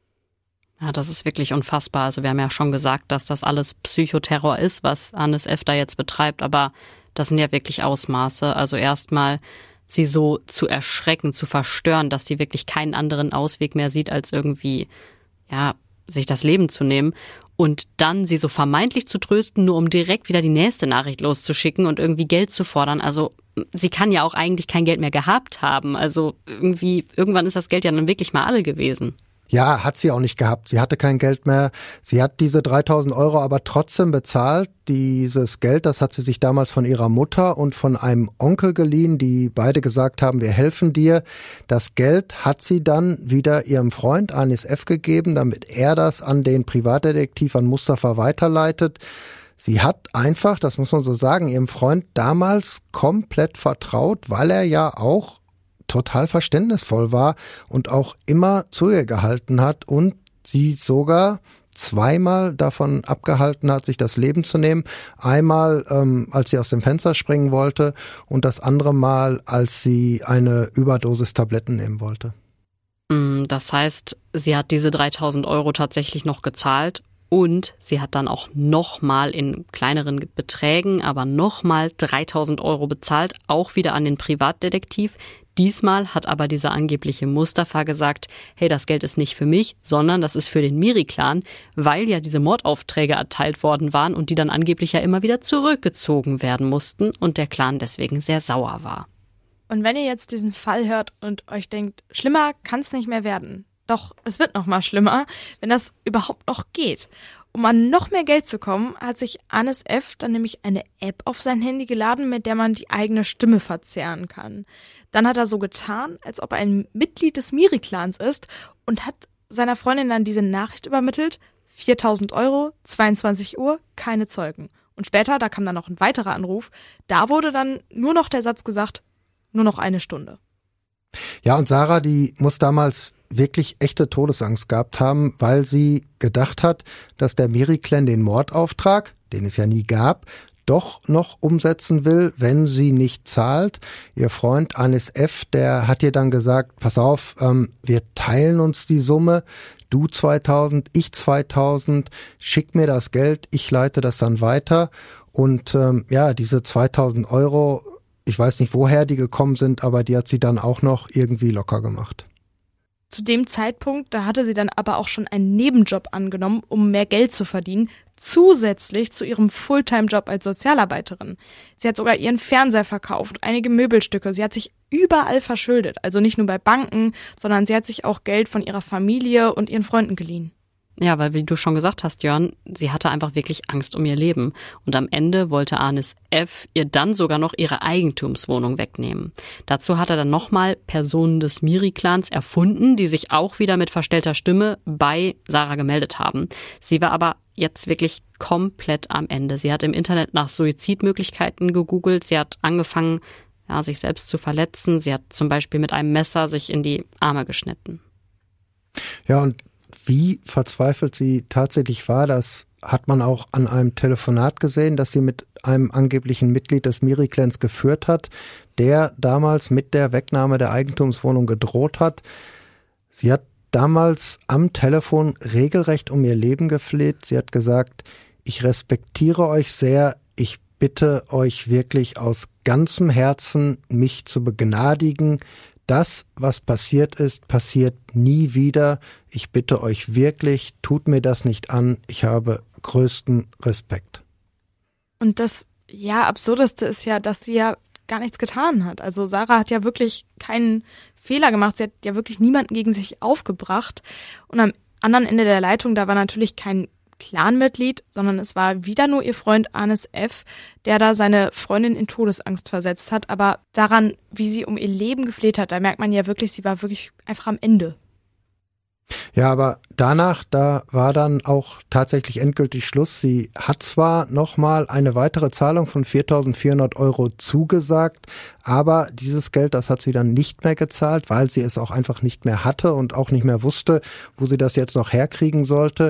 Ja, das ist wirklich unfassbar. Also wir haben ja schon gesagt, dass das alles Psychoterror ist, was Anis F. da jetzt betreibt, aber das sind ja wirklich Ausmaße. Also erstmal sie so zu erschrecken, zu verstören, dass sie wirklich keinen anderen Ausweg mehr sieht, als irgendwie, ja, sich das Leben zu nehmen. Und dann sie so vermeintlich zu trösten, nur um direkt wieder die nächste Nachricht loszuschicken und irgendwie Geld zu fordern. Also sie kann ja auch eigentlich kein Geld mehr gehabt haben. Also irgendwann ist das Geld ja dann wirklich mal alle gewesen. Ja, hat sie auch nicht gehabt. Sie hatte kein Geld mehr. Sie hat diese 3.000 € aber trotzdem bezahlt. Dieses Geld, das hat sie sich damals von ihrer Mutter und von einem Onkel geliehen, die beide gesagt haben, wir helfen dir. Das Geld hat sie dann wieder ihrem Freund Anis F. gegeben, damit er das an den Privatdetektiv, an Mustafa weiterleitet. Sie hat einfach, das muss man so sagen, ihrem Freund damals komplett vertraut, weil er ja auch total verständnisvoll war und auch immer zu ihr gehalten hat und sie sogar zweimal davon abgehalten hat, sich das Leben zu nehmen. Einmal, als sie aus dem Fenster springen wollte und das andere Mal, als sie eine Überdosis Tabletten nehmen wollte. Das heißt, sie hat diese 3.000 € tatsächlich noch gezahlt und sie hat dann auch nochmal in kleineren Beträgen, aber nochmal 3.000 € bezahlt, auch wieder an den Privatdetektiv. Diesmal hat aber dieser angebliche Mustafa gesagt, hey, das Geld ist nicht für mich, sondern das ist für den Miri-Clan, weil ja diese Mordaufträge erteilt worden waren und die dann angeblich ja immer wieder zurückgezogen werden mussten und der Clan deswegen sehr sauer war. Und wenn ihr jetzt diesen Fall hört und euch denkt, schlimmer kann es nicht mehr werden. Doch es wird noch mal schlimmer, wenn das überhaupt noch geht. Um an noch mehr Geld zu kommen, hat sich Anis F. dann nämlich eine App auf sein Handy geladen, mit der man die eigene Stimme verzerren kann. Dann hat er so getan, als ob er ein Mitglied des Miri-Clans ist und hat seiner Freundin dann diese Nachricht übermittelt, 4.000 €, 22 Uhr, keine Zeugen. Und später, da kam dann noch ein weiterer Anruf, da wurde dann nur noch der Satz gesagt, nur noch eine Stunde. Ja, und Sarah, die muss damals wirklich echte Todesangst gehabt haben, weil sie gedacht hat, dass der Miri-Clan den Mordauftrag, den es ja nie gab, doch noch umsetzen will, wenn sie nicht zahlt. Ihr Freund Anis F., der hat ihr dann gesagt, pass auf, wir teilen uns die Summe, du 2.000, ich 2.000, schick mir das Geld, ich leite das dann weiter. Und diese 2.000 €, ich weiß nicht, woher die gekommen sind, aber die hat sie dann auch noch irgendwie locker gemacht. Zu dem Zeitpunkt, da hatte sie dann aber auch schon einen Nebenjob angenommen, um mehr Geld zu verdienen, zusätzlich zu ihrem Fulltime-Job als Sozialarbeiterin. Sie hat sogar ihren Fernseher verkauft, einige Möbelstücke. Sie hat sich überall verschuldet, also nicht nur bei Banken, sondern sie hat sich auch Geld von ihrer Familie und ihren Freunden geliehen. Ja, weil wie du schon gesagt hast, Jörn, sie hatte einfach wirklich Angst um ihr Leben. Und am Ende wollte Anis F. ihr dann sogar noch ihre Eigentumswohnung wegnehmen. Dazu hat er dann nochmal Personen des Miri-Clans erfunden, die sich auch wieder mit verstellter Stimme bei Sarah gemeldet haben. Sie war aber jetzt wirklich komplett am Ende. Sie hat im Internet nach Suizidmöglichkeiten gegoogelt. Sie hat angefangen, sich selbst zu verletzen. Sie hat zum Beispiel mit einem Messer sich in die Arme geschnitten. Ja, und wie verzweifelt sie tatsächlich war, das hat man auch an einem Telefonat gesehen, das sie mit einem angeblichen Mitglied des Miri-Clans geführt hat, der damals mit der Wegnahme der Eigentumswohnung gedroht hat. Sie hat damals am Telefon regelrecht um ihr Leben gefleht. Sie hat gesagt, ich respektiere euch sehr, ich bitte euch wirklich aus ganzem Herzen, mich zu begnadigen. Das, was passiert ist, passiert nie wieder. Ich bitte euch wirklich, tut mir das nicht an. Ich habe größten Respekt. Und das Absurdeste ist ja, dass sie ja gar nichts getan hat. Also Sarah hat ja wirklich keinen Fehler gemacht. Sie hat ja wirklich niemanden gegen sich aufgebracht. Und am anderen Ende der Leitung, da war natürlich kein Clanmitglied, sondern es war wieder nur ihr Freund Anis F., der da seine Freundin in Todesangst versetzt hat. Aber daran, wie sie um ihr Leben gefleht hat, da merkt man ja wirklich, sie war wirklich einfach am Ende. Ja, aber danach, da war dann auch tatsächlich endgültig Schluss. Sie hat zwar nochmal eine weitere Zahlung von 4.400 € zugesagt, aber dieses Geld, das hat sie dann nicht mehr gezahlt, weil sie es auch einfach nicht mehr hatte und auch nicht mehr wusste, wo sie das jetzt noch herkriegen sollte.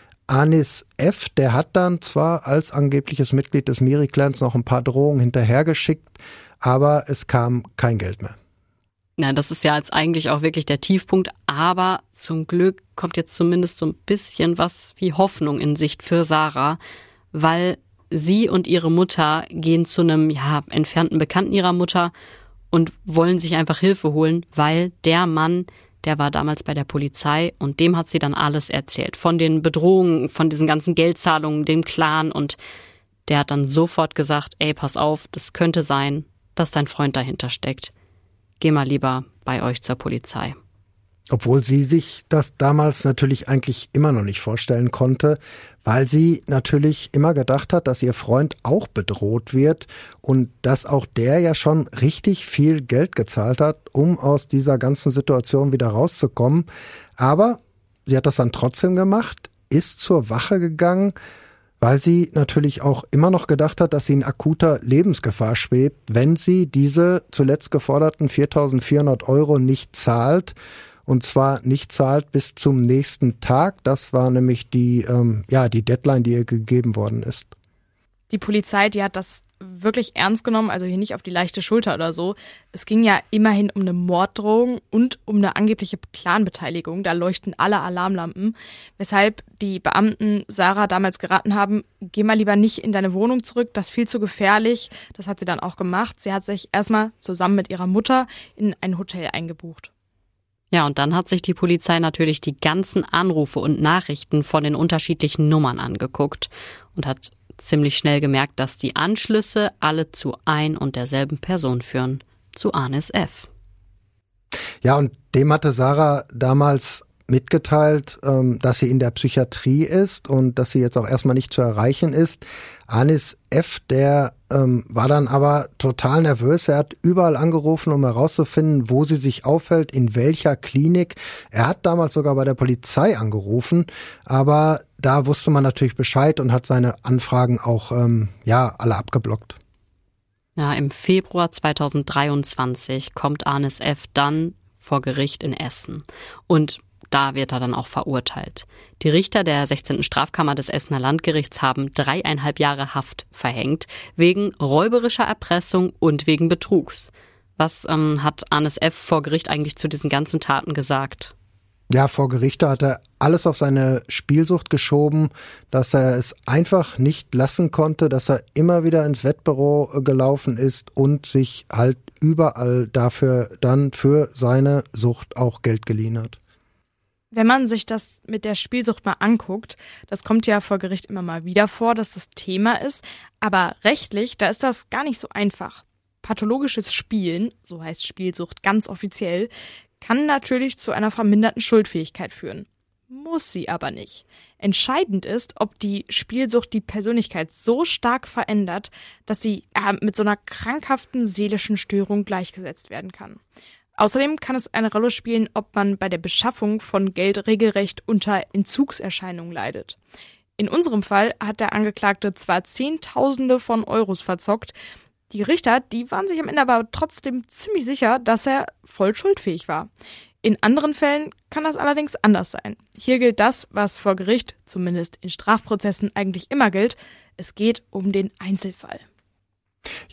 Anis F., der hat dann zwar als angebliches Mitglied des Miri-Clans noch ein paar Drohungen hinterhergeschickt, aber es kam kein Geld mehr. Na, das ist ja jetzt eigentlich auch wirklich der Tiefpunkt, aber zum Glück kommt jetzt zumindest so ein bisschen was wie Hoffnung in Sicht für Sarah, weil sie und ihre Mutter gehen zu einem entfernten Bekannten ihrer Mutter und wollen sich einfach Hilfe holen, weil der Mann, der war damals bei der Polizei und dem hat sie dann alles erzählt. Von den Bedrohungen, von diesen ganzen Geldzahlungen, dem Clan, und der hat dann sofort gesagt, ey, pass auf, das könnte sein, dass dein Freund dahinter steckt. Geh mal lieber bei euch zur Polizei. Obwohl sie sich das damals natürlich eigentlich immer noch nicht vorstellen konnte, weil sie natürlich immer gedacht hat, dass ihr Freund auch bedroht wird und dass auch der ja schon richtig viel Geld gezahlt hat, um aus dieser ganzen Situation wieder rauszukommen. Aber sie hat das dann trotzdem gemacht, ist zur Wache gegangen, weil sie natürlich auch immer noch gedacht hat, dass sie in akuter Lebensgefahr schwebt, wenn sie diese zuletzt geforderten 4.400 € nicht zahlt. Und zwar nicht zahlt bis zum nächsten Tag. Das war nämlich die Deadline, die ihr gegeben worden ist. Die Polizei, die hat das wirklich ernst genommen, also hier nicht auf die leichte Schulter oder so. Es ging ja immerhin um eine Morddrohung und um eine angebliche Clanbeteiligung. Da leuchten alle Alarmlampen, weshalb die Beamten Sarah damals geraten haben, geh mal lieber nicht in deine Wohnung zurück, das ist viel zu gefährlich. Das hat sie dann auch gemacht. Sie hat sich erstmal zusammen mit ihrer Mutter in ein Hotel eingebucht. Ja, und dann hat sich die Polizei natürlich die ganzen Anrufe und Nachrichten von den unterschiedlichen Nummern angeguckt und hat ziemlich schnell gemerkt, dass die Anschlüsse alle zu ein und derselben Person führen, zu Anis F. Ja, und dem hatte Sarah damals mitgeteilt, dass sie in der Psychiatrie ist und dass sie jetzt auch erstmal nicht zu erreichen ist. Anis F., der war dann aber total nervös. Er hat überall angerufen, um herauszufinden, wo sie sich aufhält, in welcher Klinik. Er hat damals sogar bei der Polizei angerufen, aber da wusste man natürlich Bescheid und hat seine Anfragen auch alle abgeblockt. Ja, im Februar 2023 kommt Anis F. dann vor Gericht in Essen und da wird er dann auch verurteilt. Die Richter der 16. Strafkammer des Essener Landgerichts haben 3,5 Jahre Haft verhängt, wegen räuberischer Erpressung und wegen Betrugs. Was hat Anis F. vor Gericht eigentlich zu diesen ganzen Taten gesagt? Ja, vor Gericht hat er alles auf seine Spielsucht geschoben, dass er es einfach nicht lassen konnte, dass er immer wieder ins Wettbüro gelaufen ist und sich halt überall dafür dann für seine Sucht auch Geld geliehen hat. Wenn man sich das mit der Spielsucht mal anguckt, das kommt ja vor Gericht immer mal wieder vor, dass das Thema ist, aber rechtlich, da ist das gar nicht so einfach. Pathologisches Spielen, so heißt Spielsucht ganz offiziell, kann natürlich zu einer verminderten Schuldfähigkeit führen. Muss sie aber nicht. Entscheidend ist, ob die Spielsucht die Persönlichkeit so stark verändert, dass sie mit so einer krankhaften seelischen Störung gleichgesetzt werden kann. Außerdem kann es eine Rolle spielen, ob man bei der Beschaffung von Geld regelrecht unter Entzugserscheinungen leidet. In unserem Fall hat der Angeklagte zwar Zehntausende von Euros verzockt, die Richter, die waren sich am Ende aber trotzdem ziemlich sicher, dass er voll schuldfähig war. In anderen Fällen kann das allerdings anders sein. Hier gilt das, was vor Gericht, zumindest in Strafprozessen, eigentlich immer gilt. Es geht um den Einzelfall.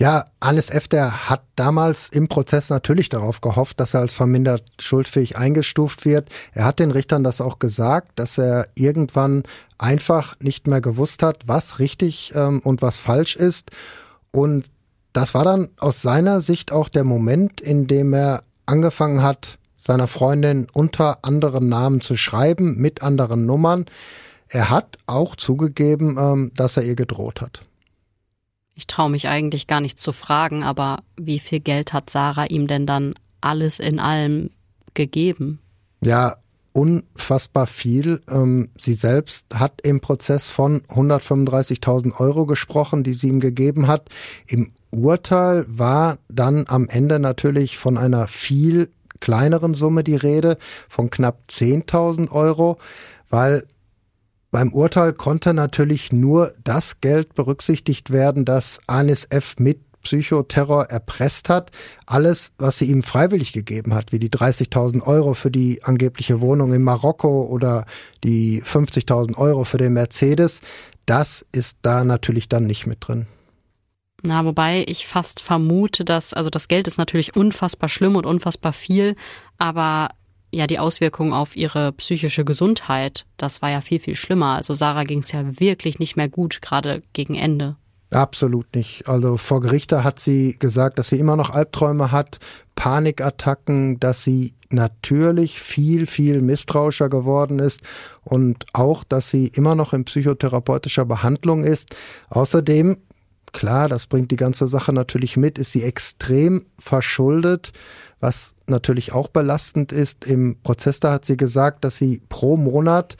Ja, Anis F., der hat damals im Prozess natürlich darauf gehofft, dass er als vermindert schuldfähig eingestuft wird. Er hat den Richtern das auch gesagt, dass er irgendwann einfach nicht mehr gewusst hat, was richtig und was falsch ist. Und das war dann aus seiner Sicht auch der Moment, in dem er angefangen hat, seiner Freundin unter anderen Namen zu schreiben, mit anderen Nummern. Er hat auch zugegeben, dass er ihr gedroht hat. Ich traue mich eigentlich gar nicht zu fragen, aber wie viel Geld hat Sarah ihm denn dann alles in allem gegeben? Ja, unfassbar viel. Sie selbst hat im Prozess von 135.000 Euro gesprochen, die sie ihm gegeben hat. Im Urteil war dann am Ende natürlich von einer viel kleineren Summe die Rede, von knapp 10.000 Euro, weil beim Urteil konnte natürlich nur das Geld berücksichtigt werden, das Anis F. mit Psychoterror erpresst hat. Alles, was sie ihm freiwillig gegeben hat, wie die 30.000 Euro für die angebliche Wohnung in Marokko oder die 50.000 Euro für den Mercedes, das ist da natürlich dann nicht mit drin. Na, wobei ich fast vermute, also das Geld ist natürlich unfassbar schlimm und unfassbar viel, aber ja, die Auswirkungen auf ihre psychische Gesundheit, das war ja viel, viel schlimmer. Also Sarah ging es ja wirklich nicht mehr gut, gerade gegen Ende. Absolut nicht. Also vor Gericht hat sie gesagt, dass sie immer noch Albträume hat, Panikattacken, dass sie natürlich viel, viel misstrauischer geworden ist und auch, dass sie immer noch in psychotherapeutischer Behandlung ist. Außerdem, klar, das bringt die ganze Sache natürlich mit, ist sie extrem verschuldet, was natürlich auch belastend ist. Im Prozess da hat sie gesagt, dass sie pro Monat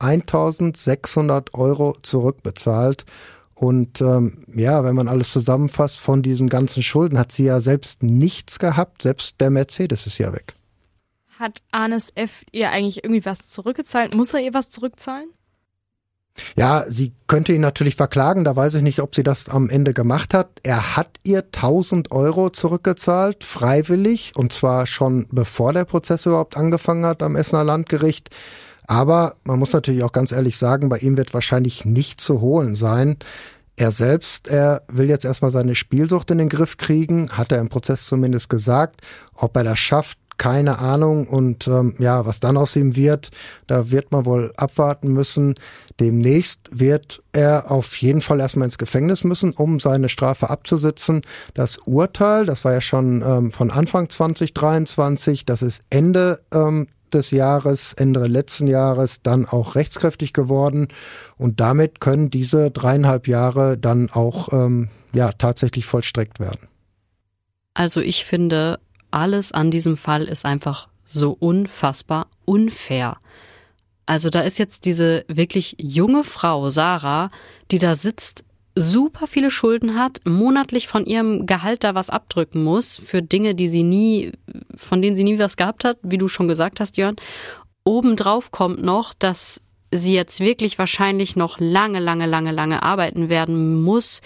1.600 Euro zurückbezahlt. Und wenn man alles zusammenfasst von diesen ganzen Schulden, hat sie ja selbst nichts gehabt. Selbst der Mercedes ist ja weg. Hat Anis F. ihr eigentlich irgendwie was zurückgezahlt? Muss er ihr was zurückzahlen? Ja, sie könnte ihn natürlich verklagen, da weiß ich nicht, ob sie das am Ende gemacht hat. Er hat ihr 1.000 Euro zurückgezahlt, freiwillig, und zwar schon bevor der Prozess überhaupt angefangen hat am Essener Landgericht. Aber man muss natürlich auch ganz ehrlich sagen, bei ihm wird wahrscheinlich nicht zu holen sein. Er will jetzt erstmal seine Spielsucht in den Griff kriegen, hat er im Prozess zumindest gesagt. Ob er das schafft, keine Ahnung. Und was dann aus ihm wird, da wird man wohl abwarten müssen. Demnächst wird er auf jeden Fall erstmal ins Gefängnis müssen, um seine Strafe abzusitzen. Das Urteil, das war ja schon von Anfang 2023, das ist Ende Ende letzten Jahres dann auch rechtskräftig geworden. Und damit können diese 3,5 Jahre dann auch tatsächlich vollstreckt werden. Also ich finde, alles an diesem Fall ist einfach so unfassbar unfair. Also da ist jetzt diese wirklich junge Frau, Sarah, die da sitzt, super viele Schulden hat, monatlich von ihrem Gehalt da was abdrücken muss für Dinge, von denen sie nie was gehabt hat, wie du schon gesagt hast, Jörn. Obendrauf kommt noch, dass sie jetzt wirklich wahrscheinlich noch lange arbeiten werden muss,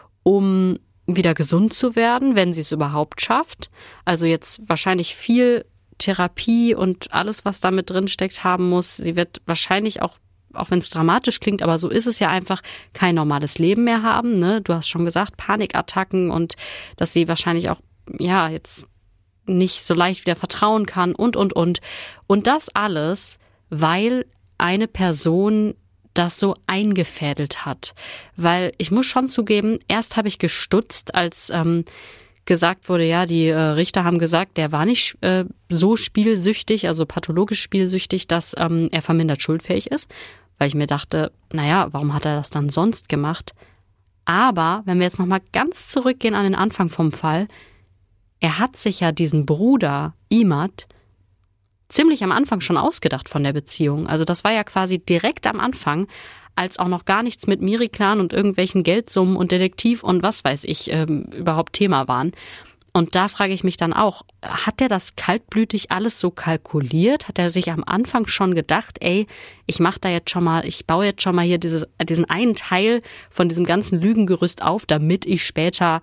um wieder gesund zu werden, wenn sie es überhaupt schafft. Also jetzt wahrscheinlich viel Therapie und alles, was da mit drin steckt, haben muss. Sie wird wahrscheinlich auch wenn es dramatisch klingt, aber so ist es ja einfach, kein normales Leben mehr haben. Ne? Du hast schon gesagt, Panikattacken und dass sie wahrscheinlich auch jetzt nicht so leicht wieder vertrauen kann und. Und das alles, weil eine Person das so eingefädelt hat. Weil ich muss schon zugeben, erst habe ich gestutzt, als gesagt wurde, die Richter haben gesagt, der war nicht so spielsüchtig, also pathologisch spielsüchtig, dass er vermindert schuldfähig ist. Weil ich mir dachte, warum hat er das dann sonst gemacht? Aber wenn wir jetzt nochmal ganz zurückgehen an den Anfang vom Fall, er hat sich ja diesen Bruder Imad ziemlich am Anfang schon ausgedacht von der Beziehung. Also das war ja quasi direkt am Anfang, als auch noch gar nichts mit Miriklan und irgendwelchen Geldsummen und Detektiv und was weiß ich überhaupt Thema waren. Und da frage ich mich dann auch, hat der das kaltblütig alles so kalkuliert? Hat er sich am Anfang schon gedacht, ich baue jetzt schon mal hier diesen einen Teil von diesem ganzen Lügengerüst auf, damit ich später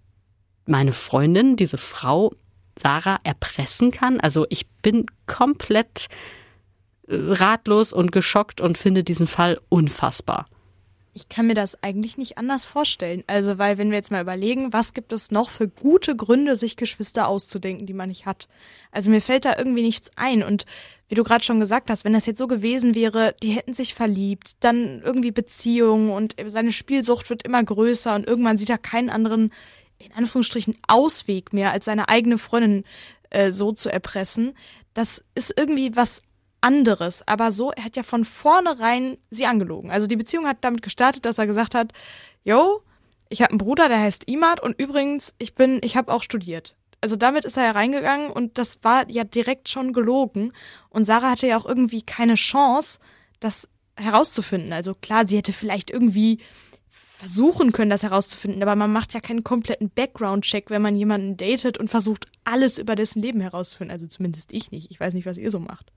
meine Freundin, diese Frau Sarah, erpressen kann? Also ich bin komplett ratlos und geschockt und finde diesen Fall unfassbar. Ich kann mir das eigentlich nicht anders vorstellen. Also, weil wenn wir jetzt mal überlegen, was gibt es noch für gute Gründe, sich Geschwister auszudenken, die man nicht hat. Also mir fällt da irgendwie nichts ein. Und wie du gerade schon gesagt hast, wenn das jetzt so gewesen wäre, die hätten sich verliebt, dann irgendwie Beziehungen und seine Spielsucht wird immer größer und irgendwann sieht er keinen anderen, in Anführungsstrichen, Ausweg mehr, als seine eigene Freundin so zu erpressen. Das ist irgendwie was anderes, aber so, er hat ja von vornherein sie angelogen. Also die Beziehung hat damit gestartet, dass er gesagt hat, yo, ich habe einen Bruder, der heißt Imad und übrigens, ich habe auch studiert. Also damit ist er ja reingegangen und das war ja direkt schon gelogen und Sarah hatte ja auch irgendwie keine Chance, das herauszufinden. Also klar, sie hätte vielleicht irgendwie versuchen können, das herauszufinden, aber man macht ja keinen kompletten Background-Check, wenn man jemanden datet und versucht, alles über dessen Leben herauszufinden. Also zumindest ich nicht. Ich weiß nicht, was ihr so macht.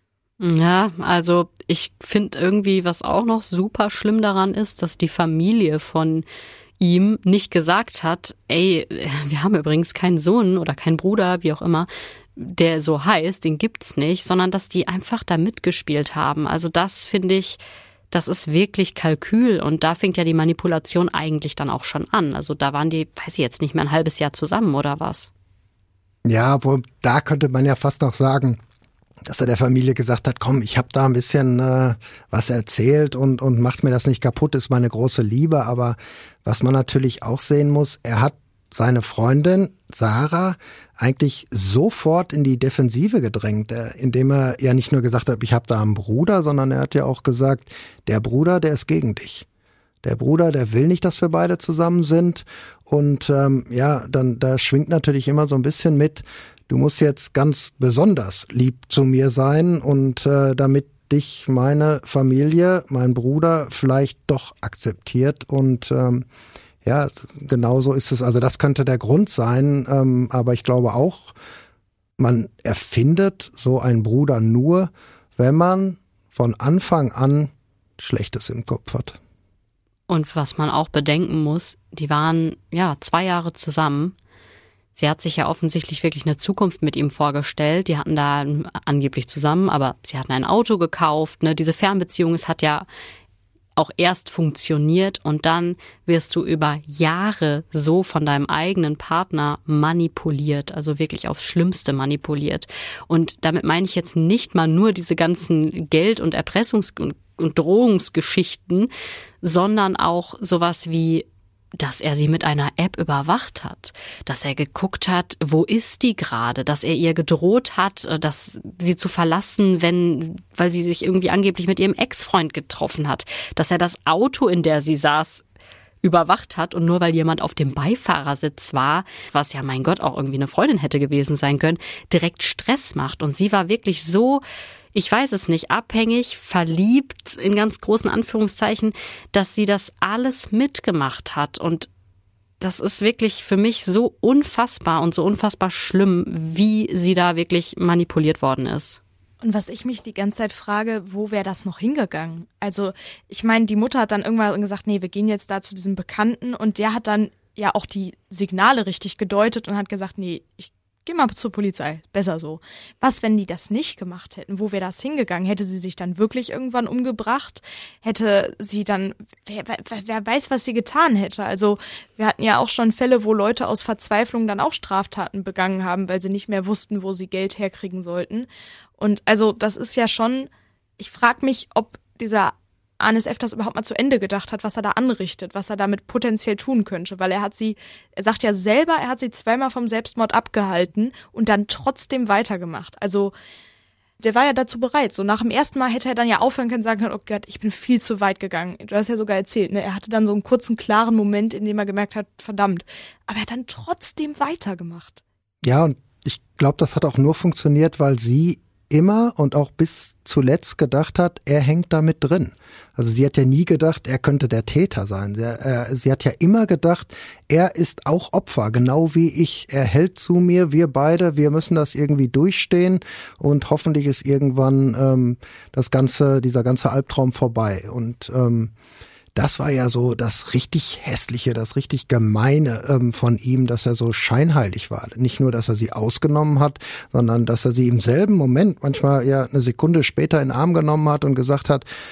Ja, also ich finde irgendwie, was auch noch super schlimm daran ist, dass die Familie von ihm nicht gesagt hat, ey, wir haben übrigens keinen Sohn oder keinen Bruder, wie auch immer, der so heißt, den gibt's nicht, sondern dass die einfach da mitgespielt haben. Also das finde ich, das ist wirklich Kalkül und da fängt ja die Manipulation eigentlich dann auch schon an. Also da waren die, weiß ich jetzt nicht mehr, ein halbes Jahr zusammen oder was? Ja, wohl, da könnte man ja fast noch sagen, dass er der Familie gesagt hat, komm, ich habe da ein bisschen was erzählt und macht mir das nicht kaputt, ist meine große Liebe. Aber was man natürlich auch sehen muss, er hat seine Freundin Sarah eigentlich sofort in die Defensive gedrängt, indem er ja nicht nur gesagt hat, ich habe da einen Bruder, sondern er hat ja auch gesagt, der Bruder, der ist gegen dich. Der Bruder, der will nicht, dass wir beide zusammen sind. Und ja, dann da schwingt natürlich immer so ein bisschen mit, du musst jetzt ganz besonders lieb zu mir sein und damit dich meine Familie, mein Bruder vielleicht doch akzeptiert und ja, genau so ist es. Also das könnte der Grund sein, aber ich glaube auch, man erfindet so einen Bruder nur, wenn man von Anfang an Schlechtes im Kopf hat. Und was man auch bedenken muss, die waren ja 2 Jahre zusammen. Sie hat sich ja offensichtlich wirklich eine Zukunft mit ihm vorgestellt. Die hatten da angeblich zusammen, aber sie hatten ein Auto gekauft. Ne? Diese Fernbeziehung, es hat ja auch erst funktioniert und dann wirst du über Jahre so von deinem eigenen Partner manipuliert, also wirklich aufs Schlimmste manipuliert. Und damit meine ich jetzt nicht mal nur diese ganzen Geld- und Erpressungs- und Drohungsgeschichten, sondern auch sowas wie, dass er sie mit einer App überwacht hat, dass er geguckt hat, wo ist die gerade, dass er ihr gedroht hat, dass sie zu verlassen, weil sie sich irgendwie angeblich mit ihrem Ex-Freund getroffen hat, dass er das Auto, in der sie saß, überwacht hat und nur weil jemand auf dem Beifahrersitz war, was ja mein Gott auch irgendwie eine Freundin hätte gewesen sein können, direkt Stress macht. Und sie war wirklich so, ich weiß es nicht, abhängig, verliebt, in ganz großen Anführungszeichen, dass sie das alles mitgemacht hat. Und das ist wirklich für mich so unfassbar und so unfassbar schlimm, wie sie da wirklich manipuliert worden ist. Und was ich mich die ganze Zeit frage, wo wäre das noch hingegangen? Also ich meine, die Mutter hat dann irgendwann gesagt, nee, wir gehen jetzt da zu diesem Bekannten und der hat dann ja auch die Signale richtig gedeutet und hat gesagt, nee, ich geh mal zur Polizei, besser so. Was, wenn die das nicht gemacht hätten? Wo wäre das hingegangen? Hätte sie sich dann wirklich irgendwann umgebracht? Hätte sie dann, wer weiß, was sie getan hätte? Also wir hatten ja auch schon Fälle, wo Leute aus Verzweiflung dann auch Straftaten begangen haben, weil sie nicht mehr wussten, wo sie Geld herkriegen sollten. Und also das ist ja schon, ich frage mich, ob dieser Anis F. das überhaupt mal zu Ende gedacht hat, was er da anrichtet, was er damit potenziell tun könnte, weil er sagt ja selber, er hat sie 2-mal vom Selbstmord abgehalten und dann trotzdem weitergemacht. Also der war ja dazu bereit. So nach dem ersten Mal hätte er dann ja aufhören können, sagen können, oh Gott, ich bin viel zu weit gegangen. Du hast ja sogar erzählt, ne? Er hatte dann so einen kurzen, klaren Moment, in dem er gemerkt hat, verdammt. Aber er hat dann trotzdem weitergemacht. Ja, und ich glaube, das hat auch nur funktioniert, weil sie immer und auch bis zuletzt gedacht hat, er hängt da mit drin. Also sie hat ja nie gedacht, er könnte der Täter sein. Sie hat ja immer gedacht, er ist auch Opfer, genau wie ich. Er hält zu mir, wir beide, wir müssen das irgendwie durchstehen und hoffentlich ist irgendwann dieser ganze Albtraum vorbei. Und das war ja so das richtig Hässliche, das richtig Gemeine von ihm, dass er so scheinheilig war. Nicht nur, dass er sie ausgenommen hat, sondern dass er sie im selben Moment, manchmal ja eine Sekunde später in den Arm genommen hat und gesagt hat,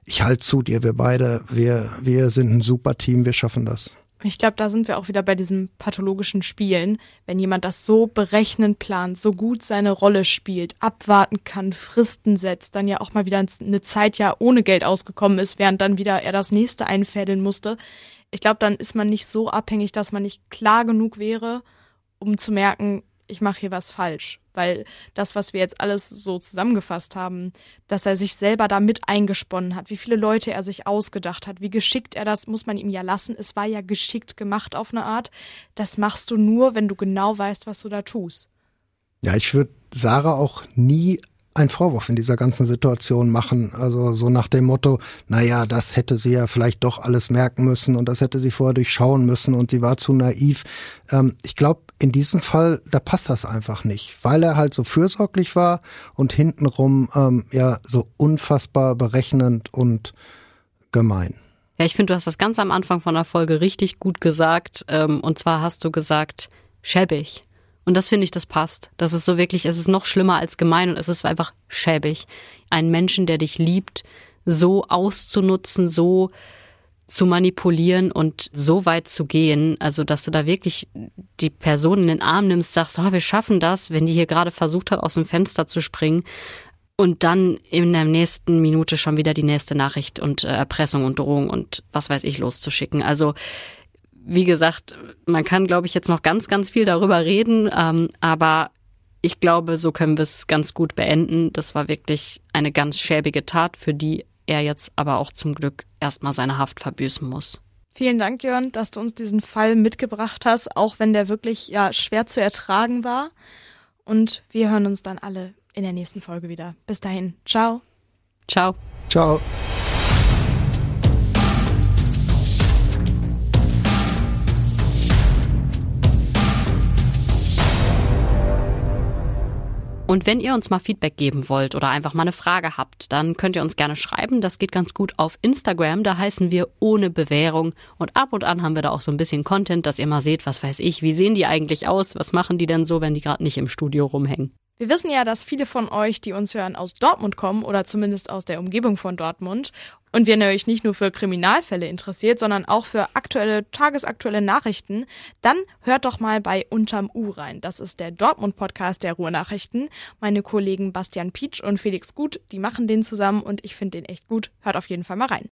ich halte zu dir, wir beide, wir sind ein super Team, wir schaffen das. Ich glaube, da sind wir auch wieder bei diesem pathologischen Spielen. Wenn jemand das so berechnend plant, so gut seine Rolle spielt, abwarten kann, Fristen setzt, dann ja auch mal wieder eine Zeit ja ohne Geld ausgekommen ist, während dann wieder er das nächste einfädeln musste. Ich glaube, dann ist man nicht so abhängig, dass man nicht klar genug wäre, um zu merken, ich mache hier was falsch. Weil das, was wir jetzt alles so zusammengefasst haben, dass er sich selber da mit eingesponnen hat, wie viele Leute er sich ausgedacht hat, wie geschickt er das, muss man ihm ja lassen. Es war ja geschickt gemacht auf eine Art. Das machst du nur, wenn du genau weißt, was du da tust. Ja, ich würde Sarah auch nie einen Vorwurf in dieser ganzen Situation machen. Also so nach dem Motto, naja, das hätte sie ja vielleicht doch alles merken müssen und das hätte sie vorher durchschauen müssen und sie war zu naiv. Ich glaube, in diesem Fall, da passt das einfach nicht, weil er halt so fürsorglich war und hintenrum so unfassbar berechnend und gemein. Ja, ich finde, du hast das ganz am Anfang von der Folge richtig gut gesagt. Und zwar hast du gesagt, schäbig. Und das finde ich, das passt. Das ist so wirklich, es ist noch schlimmer als gemein und es ist einfach schäbig. Einen Menschen, der dich liebt, so auszunutzen, so zu manipulieren und so weit zu gehen, also dass du da wirklich die Person in den Arm nimmst, sagst, wir schaffen das, wenn die hier gerade versucht hat, aus dem Fenster zu springen und dann in der nächsten Minute schon wieder die nächste Nachricht und Erpressung und Drohung und was weiß ich loszuschicken. Also wie gesagt, man kann, glaube ich, jetzt noch ganz, ganz viel darüber reden, aber ich glaube, so können wir es ganz gut beenden. Das war wirklich eine ganz schäbige Tat, für die er jetzt aber auch zum Glück erstmal seine Haft verbüßen muss. Vielen Dank, Jörn, dass du uns diesen Fall mitgebracht hast, auch wenn der wirklich schwer zu ertragen war. Und wir hören uns dann alle in der nächsten Folge wieder. Bis dahin. Ciao. Ciao. Ciao. Und wenn ihr uns mal Feedback geben wollt oder einfach mal eine Frage habt, dann könnt ihr uns gerne schreiben. Das geht ganz gut auf Instagram, da heißen wir ohne Bewährung. Und ab und an haben wir da auch so ein bisschen Content, dass ihr mal seht, was weiß ich, wie sehen die eigentlich aus? Was machen die denn so, wenn die gerade nicht im Studio rumhängen? Wir wissen ja, dass viele von euch, die uns hören, aus Dortmund kommen oder zumindest aus der Umgebung von Dortmund. Und wenn ihr euch nicht nur für Kriminalfälle interessiert, sondern auch für tagesaktuelle Nachrichten, dann hört doch mal bei Unterm U rein. Das ist der Dortmund-Podcast der Ruhrnachrichten. Meine Kollegen Bastian Pietsch und Felix Gut, die machen den zusammen und ich finde den echt gut. Hört auf jeden Fall mal rein.